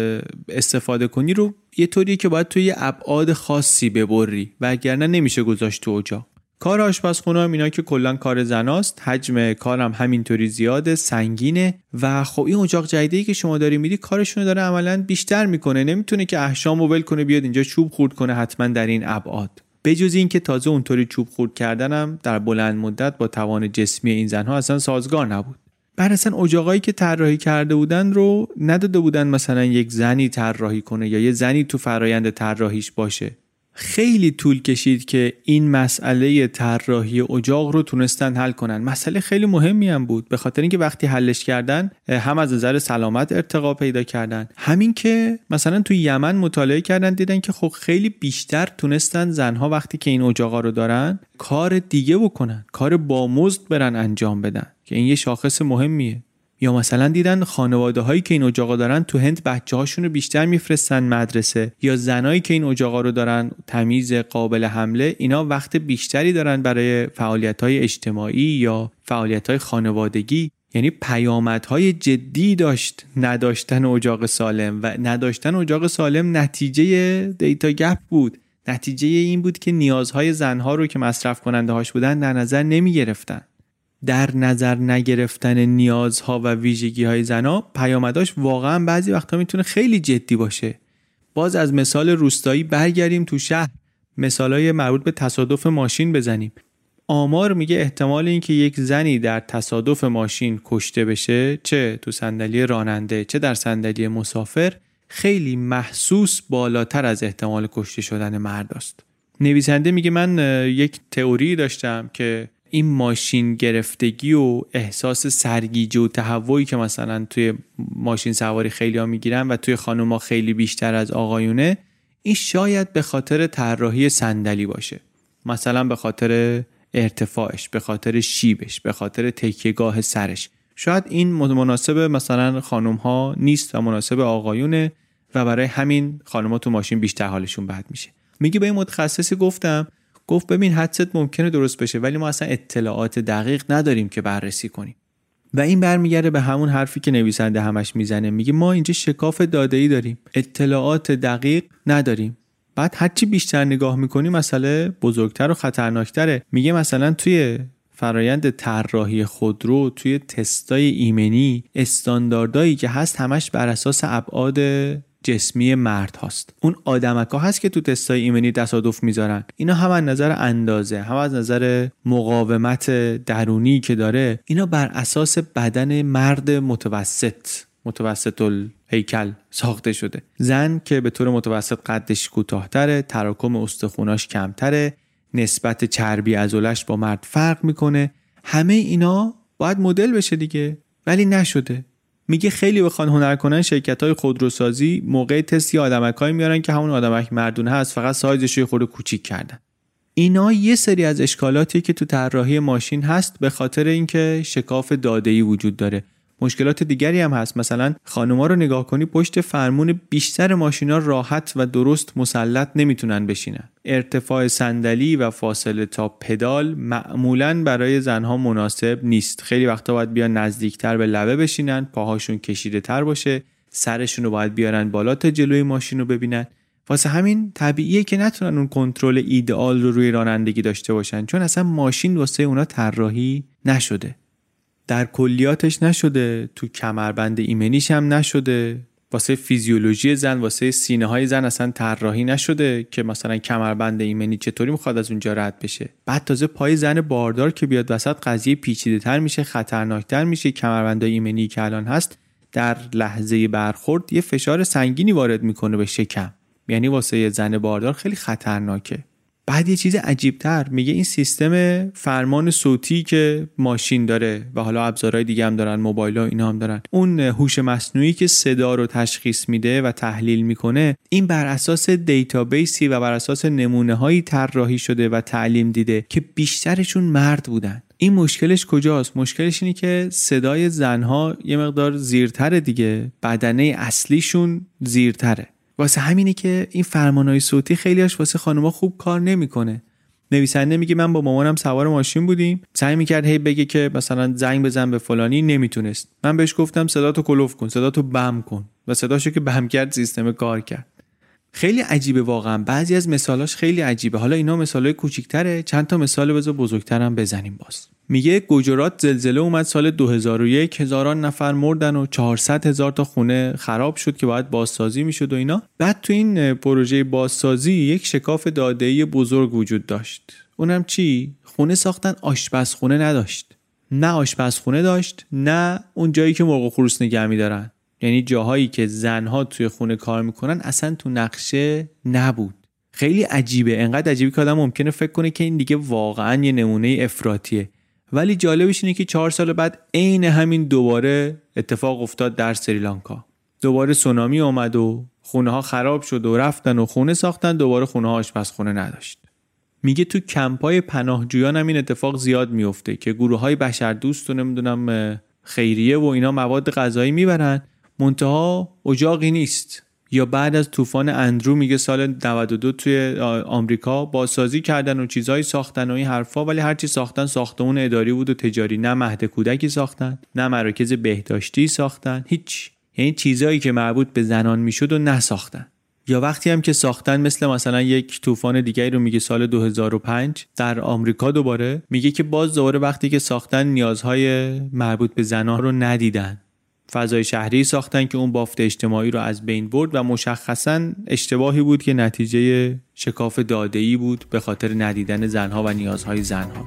استفاده کنی رو یه طوریه که باید توی یه ابعاد خاصی ببری وگرنه نمیشه گذاشت تو اجاق. کار آشپزخونه هم اینا که کلا کار زناست، حجم کارم همینطوری زیاده، سنگینه و خب این اجاق جدیدی که شما داری میدی کارشونو داره عملاً بیشتر میکنه. نمیتونه که احشامو ول کنه بیاد اینجا چوب خورد کنه حتما در این ابعاد. بجز این که تازه اونطوری چوب خورد کردنم در بلند مدت با توان جسمی این زنها اصلا سازگار نبود. بعد اصلا اجاقایی که طراحی کرده بودن رو نداده بودن مثلا یک زنی طراحی کنه یا یه زنی تو فرایند طراحیش باشه. خیلی طول کشید که این مسئله طراحی اجاق رو تونستن حل کنن. مسئله خیلی مهمی هم بود، به خاطر اینکه وقتی حلش کردن هم از نظر سلامت ارتقا پیدا کردن، همین که مثلا تو یمن مطالعه کردن دیدن که خب خیلی بیشتر تونستن زنها وقتی که این اجاقا رو دارن کار دیگه بکنن، کار با مزد برن انجام بدن که این یه شاخص مهمیه. یا مثلا دیدن خانواده هایی که این اجاقا دارن تو هند بچه هاشون رو بیشتر میفرستن مدرسه، یا زنایی که این اجاقا رو دارن تمیز قابل حمله، اینا وقت بیشتری دارن برای فعالیت های اجتماعی یا فعالیت های خانوادگی. یعنی پیامدهای جدی داشت نداشتن اجاق سالم، و نداشتن اجاق سالم نتیجه دیتا گپ بود. نتیجه این بود که نیازهای زنها رو که مصرف کننده هاش بودن در نظر نمی گرفتن. در نظر نگرفتن نیازها و ویژگی های زنها پیامداش واقعا بعضی وقتا میتونه خیلی جدی باشه. باز از مثال روستایی برگردیم تو شهر، مثالای مربوط به تصادف ماشین بزنیم. آمار میگه احتمال این که یک زنی در تصادف ماشین کشته بشه، چه تو صندلی راننده چه در صندلی مسافر، خیلی محسوس بالاتر از احتمال کشته شدن مرد است. نویسنده میگه من یک تئوری داشتم که این ماشین گرفتگی و احساس سرگیجه و تهوعی که مثلا توی ماشین سواری خیلی ها میگیرن و توی خانوما خیلی بیشتر از آقایونه، این شاید به خاطر طراحی صندلی باشه. مثلا به خاطر ارتفاعش، به خاطر شیبش، به خاطر تکیه‌گاه سرش. شاید این مناسب مثلا خانم ها نیست و مناسب آقایونه و برای همین خانوما تو ماشین بیشتر حالشون بد میشه. میگه به این متخصصی گفت ببین حدست ممکنه درست بشه ولی ما اصلا اطلاعات دقیق نداریم که بررسی کنیم. و این برمیگرده به همون حرفی که نویسنده همش میزنه، میگه ما اینجا شکاف داده‌ای داریم، اطلاعات دقیق نداریم. بعد هرچی بیشتر نگاه میکنی مسئله بزرگتر و خطرناکتره. میگه مثلا توی فرایند طراحی خودرو، توی تستای ایمنی، استانداردایی که هست همش بر اساس ابعاد جسمی مرد هاست. اون آدمکا هست که تو تستای ایمنی تصادف میذارن، اینا هم از نظر اندازه، هم از نظر مقاومت درونی که داره، اینا بر اساس بدن مرد متوسط الهیکل ساخته شده. زن که به طور متوسط قدش کوتاه‌تره، تراکم استخوناش کمتره، نسبت چربی عضلش با مرد فرق میکنه. همه اینا باید مدل بشه دیگه، ولی نشده. میگه خیلی بخوان هنر کنن شرکت‌های خودروسازی موقع تست یه آدمکایی میارن که همون آدمک مردونه هست، فقط سایزش رو خورده کوچیک کردن. اینا یه سری از اشکالاتی که تو طراحی ماشین هست به خاطر اینکه شکاف داده‌ای وجود داره. مشکلات دیگری هم هست. مثلا خانوما رو نگاه کنی پشت فرمون بیشتر ماشینا راحت و درست مسلط نمیتونن بشینن. ارتفاع صندلی و فاصله تا پدال معمولاً برای زنها مناسب نیست. خیلی وقتا باید بیان نزدیکتر به لبه بشینن، پاهاشون کشیده تر باشه، سرشون رو باید بیارن بالا تا جلوی ماشین رو ببینن. واسه همین طبیعیه که نتونن اون کنترل ایدئال رو روی رانندگی داشته باشن، چون اصلا ماشین واسه اونا طراحی نشده. در کلیاتش نشده، تو کمربند ایمنیش هم نشده، واسه فیزیولوژی زن، واسه سینه های زن اصلا طراحی نشده که مثلا کمربند ایمنی چطوری میخواد از اونجا رد بشه. بعد تازه پای زن باردار که بیاد وسط قضیه پیچیده تر میشه، خطرناکتر میشه. کمربند ایمنی که الان هست در لحظه برخورد یه فشار سنگینی وارد میکنه به شکم. یعنی واسه یه زن باردار خیلی خطرناکه. بعد یه چیز عجیب‌تر میگه این سیستم فرمان صوتی که ماشین داره و حالا ابزارهای دیگه هم دارن، موبایل‌ها اینا هم دارن، اون هوش مصنوعی که صدا رو تشخیص میده و تحلیل میکنه، این بر اساس دیتابیسی و بر اساس نمونه‌هایی طراحی شده و تعلیم دیده که بیشترشون مرد بودن. این مشکلش کجاست؟ مشکلش اینه که صدای زنها یه مقدار زیرتره دیگه، بدنه اصلیشون زیرتره. واسه همینه که این فرمانهای صوتی خیلیاش واسه خانوما خوب کار نمیکنه. نویسنده میگه من با مامانم سوار ماشین بودیم، سعی میکرد هی بگه که مثلا زنگ بزن به فلانی، نمیتونست. من بهش گفتم صداتو کلوف کن، صداتو بم کن، و صداشو که بم کرد سیستم کار کرد. خیلی عجیبه واقعا، بعضی از مثالاش خیلی عجیبه. حالا اینا مثالای کوچیک‌تره، چند تا مثال بذار بزرگترم بزنیم باز. میگه گجرات زلزله اومد سال 2001، هزاران نفر مردن و 400,000 تا خونه خراب شد که باید بازسازی میشد و اینا. بعد تو این پروژه بازسازی یک شکاف داده‌ای بزرگ وجود داشت. اونم چی؟ خونه ساختن آشپزخونه نداشت. نه آشپزخونه داشت، نه اون جایی که مرغ و خروس نگه می‌دارن. یعنی جاهایی که زنها توی خونه کار میکنن اصلا تو نقشه نبود. خیلی عجیبه، انقدر عجیبه که آدم ممکنه فکر کنه که این دیگه واقعا یه نمونه افراطیه. ولی جالبش اینه که 4 سال بعد عین همین دوباره اتفاق افتاد در سریلانکا. دوباره سونامی اومد و خونه ها خراب شد و رفتن و خونه ساختن، دوباره خونه ها آشپزخونه نداشت. میگه تو کمپای پناهجویان هم این اتفاق زیاد میفته که گروه‌های بشردوست و نمیدونم خیریه و اینا مواد غذایی میبرن، منتها اجاقی نیست. یا بعد از طوفان اندرو میگه سال 92 توی آمریکا بازسازی کردن و چیزایی ساختن و این حرفا، ولی هرچی ساختن ساختمون اداری بود و تجاری، نه مهد کودکی ساختن، نه مراکز بهداشتی ساختن، هیچ. یعنی چیزایی که مربوط به زنان میشد و نساختن. یا وقتی هم که ساختن، مثلا یک طوفان دیگه رو میگه سال 2005 در آمریکا، دوباره میگه که باز دوباره وقتی که ساختن نیازهای مربوط به زنان رو ندیدن. فضای شهری ساختن که اون بافت اجتماعی رو از بین برد و مشخصاً اشتباهی بود که نتیجه شکاف داده‌ای بود به خاطر ندیدن زنها و نیازهای زنها.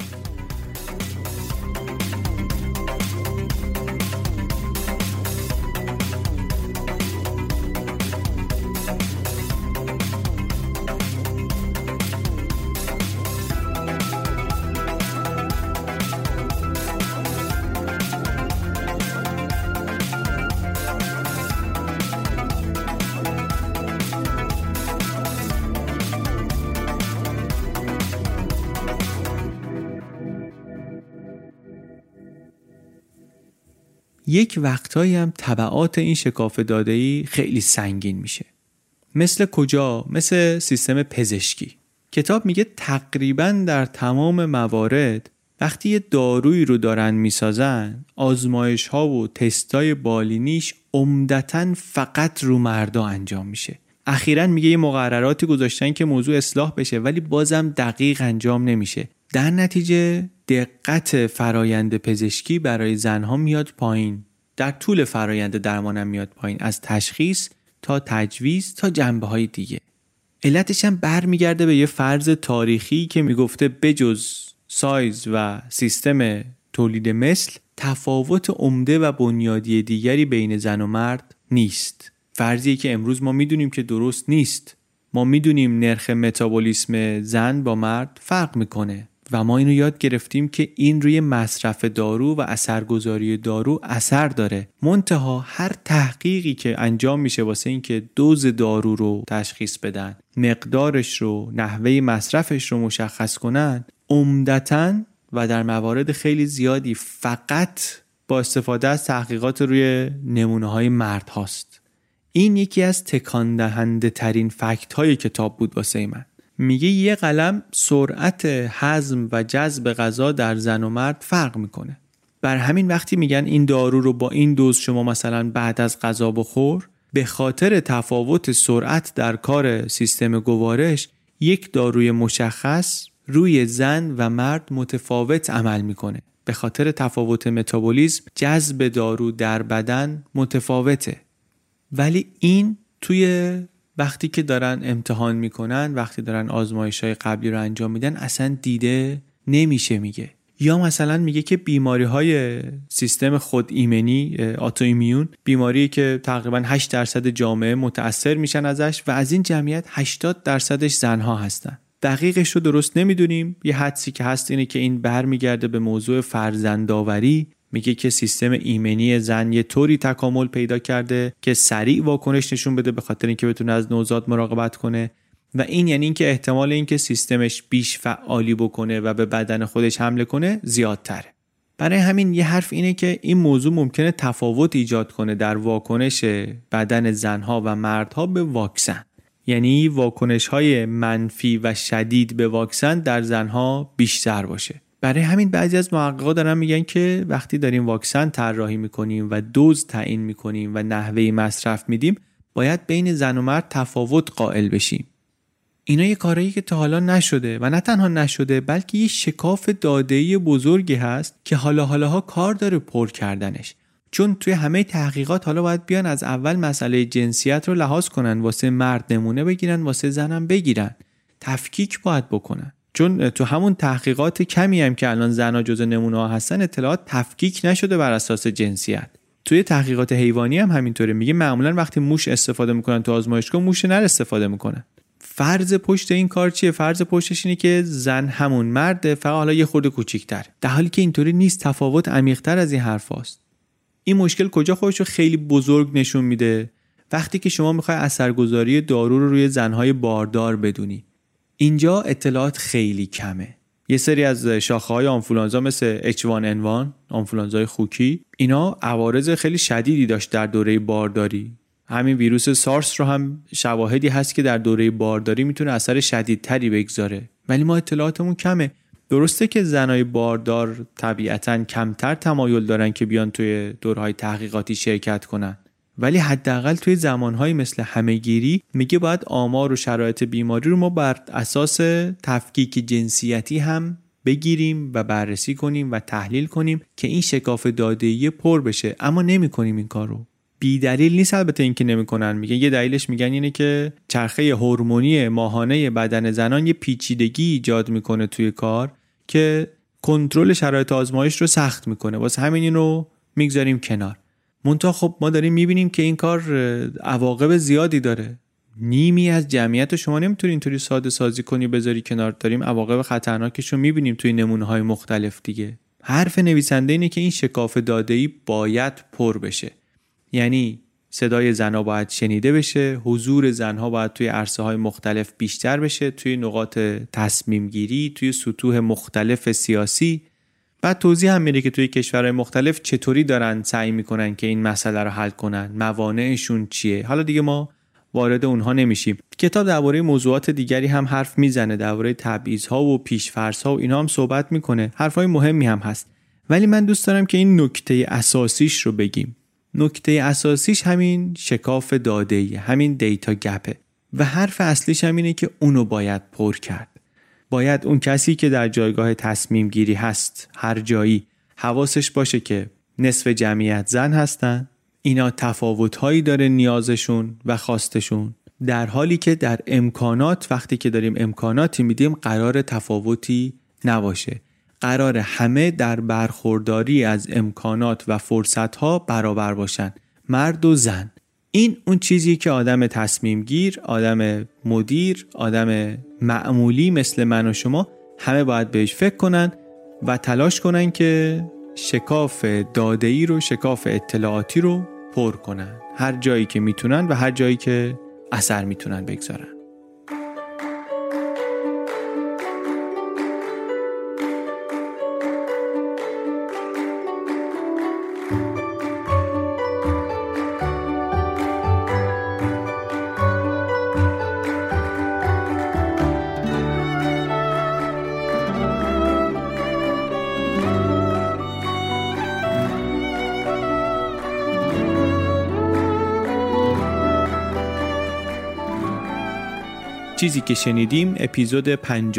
یک وقتایی هم تبعات این شکاف داده‌ای خیلی سنگین میشه. مثل کجا؟ مثل سیستم پزشکی. کتاب میگه تقریباً در تمام موارد وقتی یه دارویی رو دارن میسازن، آزمایش‌ها و تستای بالینیش عمدتاً فقط رو مردا انجام میشه. اخیراً میگه یه مقرراتی گذاشتن که موضوع اصلاح بشه، ولی بازم دقیق انجام نمیشه. در نتیجه دقت فرایند پزشکی برای زنها میاد پایین. در طول فرایند درمانم میاد پایین، از تشخیص تا تجویز تا جنبه‌های دیگه. علتش هم برمیگرده به یه فرض تاریخی که میگفته بجز سایز و سیستم تولید مثل، تفاوت عمده و بنیادی دیگری بین زن و مرد نیست. فرضیه که امروز ما میدونیم که درست نیست. ما میدونیم نرخ متابولیسم زن با مرد فرق میکنه و ما اینو یاد گرفتیم که این روی مصرف دارو و اثرگذاری دارو اثر داره. منتها هر تحقیقی که انجام میشه واسه این که دوز دارو رو تشخیص بدن، مقدارش رو، نحوه مصرفش رو مشخص کنن، عمدتاً و در موارد خیلی زیادی فقط با استفاده از تحقیقات روی نمونه‌های مرد هاست. این یکی از تکان دهنده ترین فکت های کتاب بود واسه من. میگه یه قلم سرعت هضم و جذب غذا در زن و مرد فرق میکنه. بر همین وقتی میگن این دارو رو با این دوز شما مثلا بعد از غذا بخور، به خاطر تفاوت سرعت در کار سیستم گوارش، یک داروی مشخص روی زن و مرد متفاوت عمل میکنه. به خاطر تفاوت متابولیسم جذب دارو در بدن متفاوته. ولی این توی وقتی که دارن امتحان میکنن، وقتی دارن آزمایش‌های قبلی رو انجام میدن، اصلا دیده نمیشه. میگه یا مثلا میگه که بیماری‌های سیستم خود ایمنی، آتوایمیون، بیماریه که تقریبا 8% جامعه متأثر میشن ازش و از این جمعیت 80%ش زنها هستن. دقیقش رو درست نمیدونیم. یه حدسی که هست اینه که این برمیگرده به موضوع فرزندآوری. میگه که سیستم ایمنی زن یه طوری تکامل پیدا کرده که سریع واکنش نشون بده به خاطر اینکه بتونه از نوزاد مراقبت کنه و این یعنی اینکه احتمال اینکه سیستمش بیش فعالی بکنه و به بدن خودش حمله کنه زیادتره. برای همین یه حرف اینه که این موضوع ممکنه تفاوت ایجاد کنه در واکنش بدن زنها و مردها به واکسن. یعنی واکنش‌های منفی و شدید به واکسن در زنها بیشتر باشه. برای همین بعضی از محققا دارن میگن که وقتی داریم واکسن طراحی میکنیم و دوز تعیین میکنیم و نحوه مصرف میدیم باید بین زن و مرد تفاوت قائل بشیم. اینا یه کارهایی که تا حالا نشده و نه تنها نشده بلکه یه شکاف داده‌ای بزرگی هست که حالاها کار داره پر کردنش. چون توی همه تحقیقات حالا باید بیان از اول مسئله جنسیت رو لحاظ کنن، واسه مرد نمونه بگیرن، واسه زنم بگیرن، تفکیک باید بکنن. چون تو همون تحقیقات کمی هم که الان زنها جزو نمونه ها هستن اطلاعات تفکیک نشده بر اساس جنسیت. توی تحقیقات حیوانی هم همینطوره. میگه معمولا وقتی موش استفاده میکنن تو آزمایشگاه موش نر استفاده میکنن. فرض پشت این کار چیه؟ فرض پشتش اینه که زن همون مرده، فقط حالا یه خورده کوچیک‌تر. در حالی که اینطوری نیست، تفاوت عمیق‌تر از این حرفاست. این مشکل کجا خودشو خیلی بزرگ نشون میده؟ وقتی که شما میخوای اثرگذاری دارو رو روی زنهای باردار بدونی. اینجا اطلاعات خیلی کمه. یه سری از شاخه‌های آنفولانزا مثل H1N1، آنفولانزای خوکی، اینا عوارض خیلی شدیدی داشت در دوره بارداری. همین ویروس سارس رو هم شواهدی هست که در دوره بارداری میتونه اثر شدیدتری بگذاره. ولی ما اطلاعاتمون کمه. درسته که زنای باردار طبیعتاً کمتر تمایل دارن که بیان توی دورهای تحقیقاتی شرکت کنن. ولی حداقل توی زمانهای مثل همه‌گیری میگه باید آمار و شرایط بیماری رو ما بر اساس تفکیک جنسیتی هم بگیریم و بررسی کنیم و تحلیل کنیم که این شکاف داده‌ای پر بشه. اما نمی‌کنیم این کارو. بی دلیل نیست البته این که نمی‌کنن. میگه یه دلیلش میگن اینه که چرخه هورمونی ماهانه بدن زنان یه پیچیدگی ایجاد میکنه توی کار که کنترل شرایط آزمایش رو سخت میکنه. واسه همین اینو میگذاریم کنار. منتها خب ما داریم میبینیم که این کار عواقب زیادی داره. نیمی از جمعیت شما نمیتونی اینطوری ساده سازی کنی بذاری کنار. داریم عواقب خطرناکش رو میبینیم توی نمونه‌های مختلف دیگه. حرف نویسنده اینه که این شکاف داده‌ای باید پر بشه. یعنی صدای زنها باید شنیده بشه، حضور زنها باید توی عرصه‌های مختلف بیشتر بشه، توی نقاط تصمیم گیری، توی سطوح مختلف سیاسی. بعد توضیح هم میده که توی کشورهای مختلف چطوری دارن سعی میکنن که این مسئله رو حل کنن، موانعشون چیه. حالا دیگه ما وارد اونها نمیشیم. کتاب درباره موضوعات دیگری هم حرف میزنه، درباره تبعیض‌ها و پیش‌فرض‌ها و اینا هم صحبت میکنه. حرفای مهمی هم هست. ولی من دوست دارم که این نکته اساسیش رو بگیم. نکته اساسیش همین شکاف داده‌ای، همین دیتا گپه و حرف اصلیش هم اینه که اونو باید پر کرد. باید اون کسی که در جایگاه تصمیم گیری هست هر جایی حواسش باشه که نصف جمعیت زن هستن، اینا تفاوت‌هایی داره نیازشون و خواستشون، در حالی که در امکانات وقتی که داریم امکاناتی میدیم قرار تفاوتی نباشه. قرار همه در برخورداری از امکانات و فرصت‌ها برابر باشن، مرد و زن. این اون چیزی که آدم تصمیم گیر، آدم مدیر، آدم معمولی مثل من و شما همه باید بهش فکر کنن و تلاش کنن که شکاف داده‌ای رو، شکاف اطلاعاتی رو پر کنن هر جایی که میتونن و هر جایی که اثر میتونن بگذارن. چیزی که شنیدیم اپیزود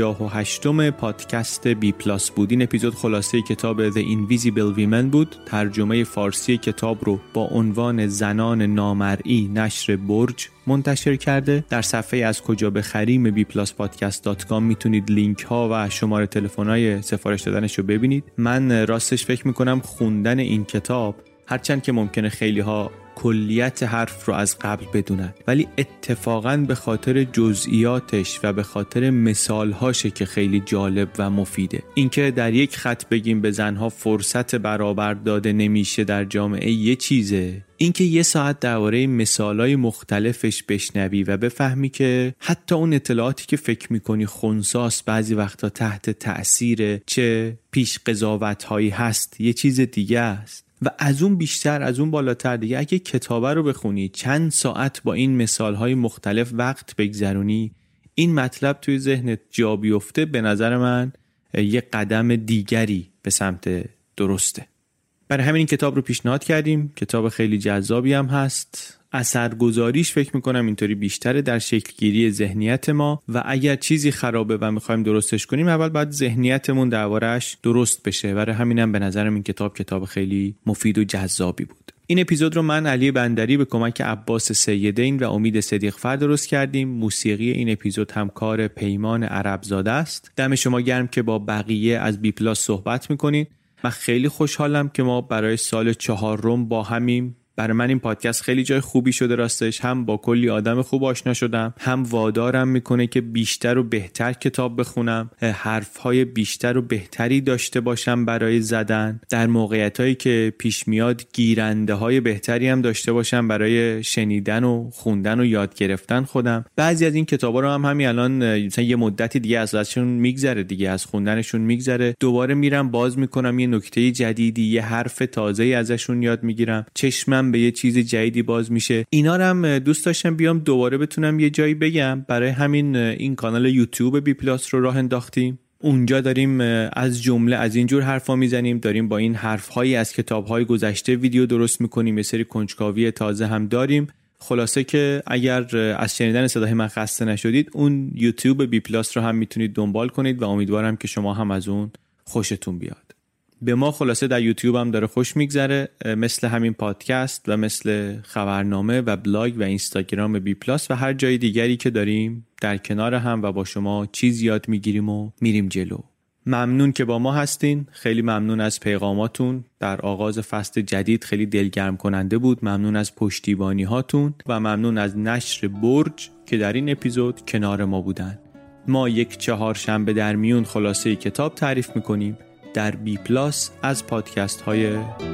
58م پادکست بی پلاس بود. این اپیزود خلاصه کتاب The Invisible Women بود. ترجمه فارسی کتاب رو با عنوان زنان نامرئی نشر برج منتشر کرده. در صفحه از کجا بخریم bpluspodcast.com میتونید لینک ها و شماره تلفن‌های سفارش دادنش رو ببینید. من راستش فکر میکنم خوندن این کتاب، هرچند که ممکنه خیلی ها کلیت حرف رو از قبل بدونن، ولی اتفاقاً به خاطر جزئیاتش و به خاطر مثالهاشه که خیلی جالب و مفیده. اینکه در یک خط بگیم به زنها فرصت برابر داده نمیشه در جامعه یه چیزه، اینکه یه ساعت درباره مثالای مختلفش بشنوی و بفهمی که حتی اون اطلاعاتی که فکر میکنی خنثیست بعضی وقتا تحت تأثیر چه پیش قضاوت‌هایی هست یه چیز دیگه است. و از اون بیشتر، از اون بالاتر دیگه، اگه کتابه رو بخونی، چند ساعت با این مثالهای مختلف وقت بگذرونی، این مطلب توی ذهنت جا بیفته، به نظر من یه قدم دیگری به سمت درسته. برای همین این کتاب رو پیشنهاد کردیم. کتاب خیلی جذابی هم هست. اثرگذاریش فکر میکنم اینطوری بیشتره در شکلگیری ذهنیت ما، و اگر چیزی خرابه و میخوایم درستش کنیم، اول باید ذهنیتمون درباره‌اش درست بشه. برای همینم به نظرم این کتاب خیلی مفید و جذابی بود. این اپیزود رو من علی بندری به کمک عباس سیدین و امید صدیقفر درست کردیم. موسیقی این اپیزود هم کار پیمان عربزاده است. دم شما گرم که با بقیه از بی پلاس صحبت میکنین. من خیلی خوشحالم که ما برای سال 4 با همیم. برای من این پادکست خیلی جای خوبی شده راستش. هم با کلی آدم خوب آشنا شدم، هم وادارم میکنه که بیشتر و بهتر کتاب بخونم، حرفهای بیشتر و بهتری داشته باشم برای زدن، در موقعیتایی که پیش میاد گیرنده های بهتری هم داشته باشم برای شنیدن و خوندن و یاد گرفتن خودم. بعضی از این کتابا رو هم همین الان مثلا یه مدتی دیگه ازشون میگذره دیگه، از خوندنشون میگذره، دوباره میرم باز میکنم، یه نکته جدیدی، یه حرف تازه‌ای ازشون یاد میگیرم، چشمم به یه چیز جدیدی باز میشه. اینا رو هم دوست داشتم بیام دوباره بتونم یه جایی بگم. برای همین این کانال یوتیوب بی پلاس رو راه انداختیم. اونجا داریم از جمله از اینجور حرفا میزنیم، داریم با این حرفهایی از کتابهای گذشته ویدیو درست میکنیم، یه سری کنجکاوی تازه هم داریم. خلاصه که اگر از شنیدن صدای من خسته نشدید، اون یوتیوب بی پلاس رو هم میتونید دنبال کنید و امیدوارم که شما هم از اون خوشتون بیاد. به ما خلاصه در یوتیوب هم داره خوش میگذره، مثل همین پادکست و مثل خبرنامه و بلاگ و اینستاگرام بی پلاس و هر جای دیگری که داریم در کنار هم و با شما چیز یاد میگیریم و میریم جلو. ممنون که با ما هستین. خیلی ممنون از پیغاماتون در آغاز فصل جدید، خیلی دلگرم کننده بود. ممنون از پشتیبانی هاتون و ممنون از نشر برج که در این اپیزود کنار ما بودن. ما یک 4 شنبه در میون خلاصه کتاب تعریف میکنیم در بی پلاس از پادکست های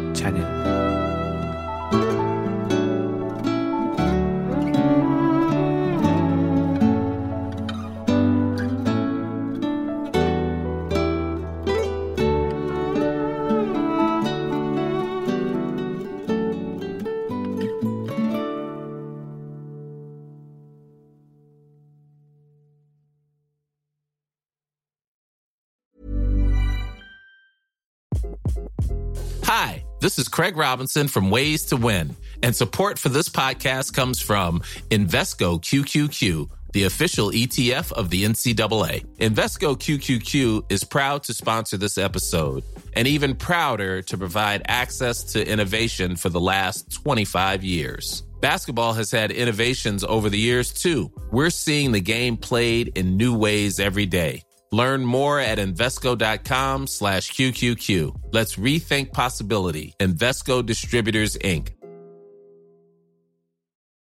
چنل. Hi, this is Craig Robinson from Ways to Win, and support for this podcast comes from Invesco QQQ, the official ETF of the NCAA. Invesco QQQ is proud to sponsor this episode, and even prouder to provide access to innovation for the last 25 years. Basketball has had innovations over the years, too. We're seeing the game played in new ways every day. Learn more at Invesco.com/QQQ. Let's rethink possibility. Invesco Distributors, Inc.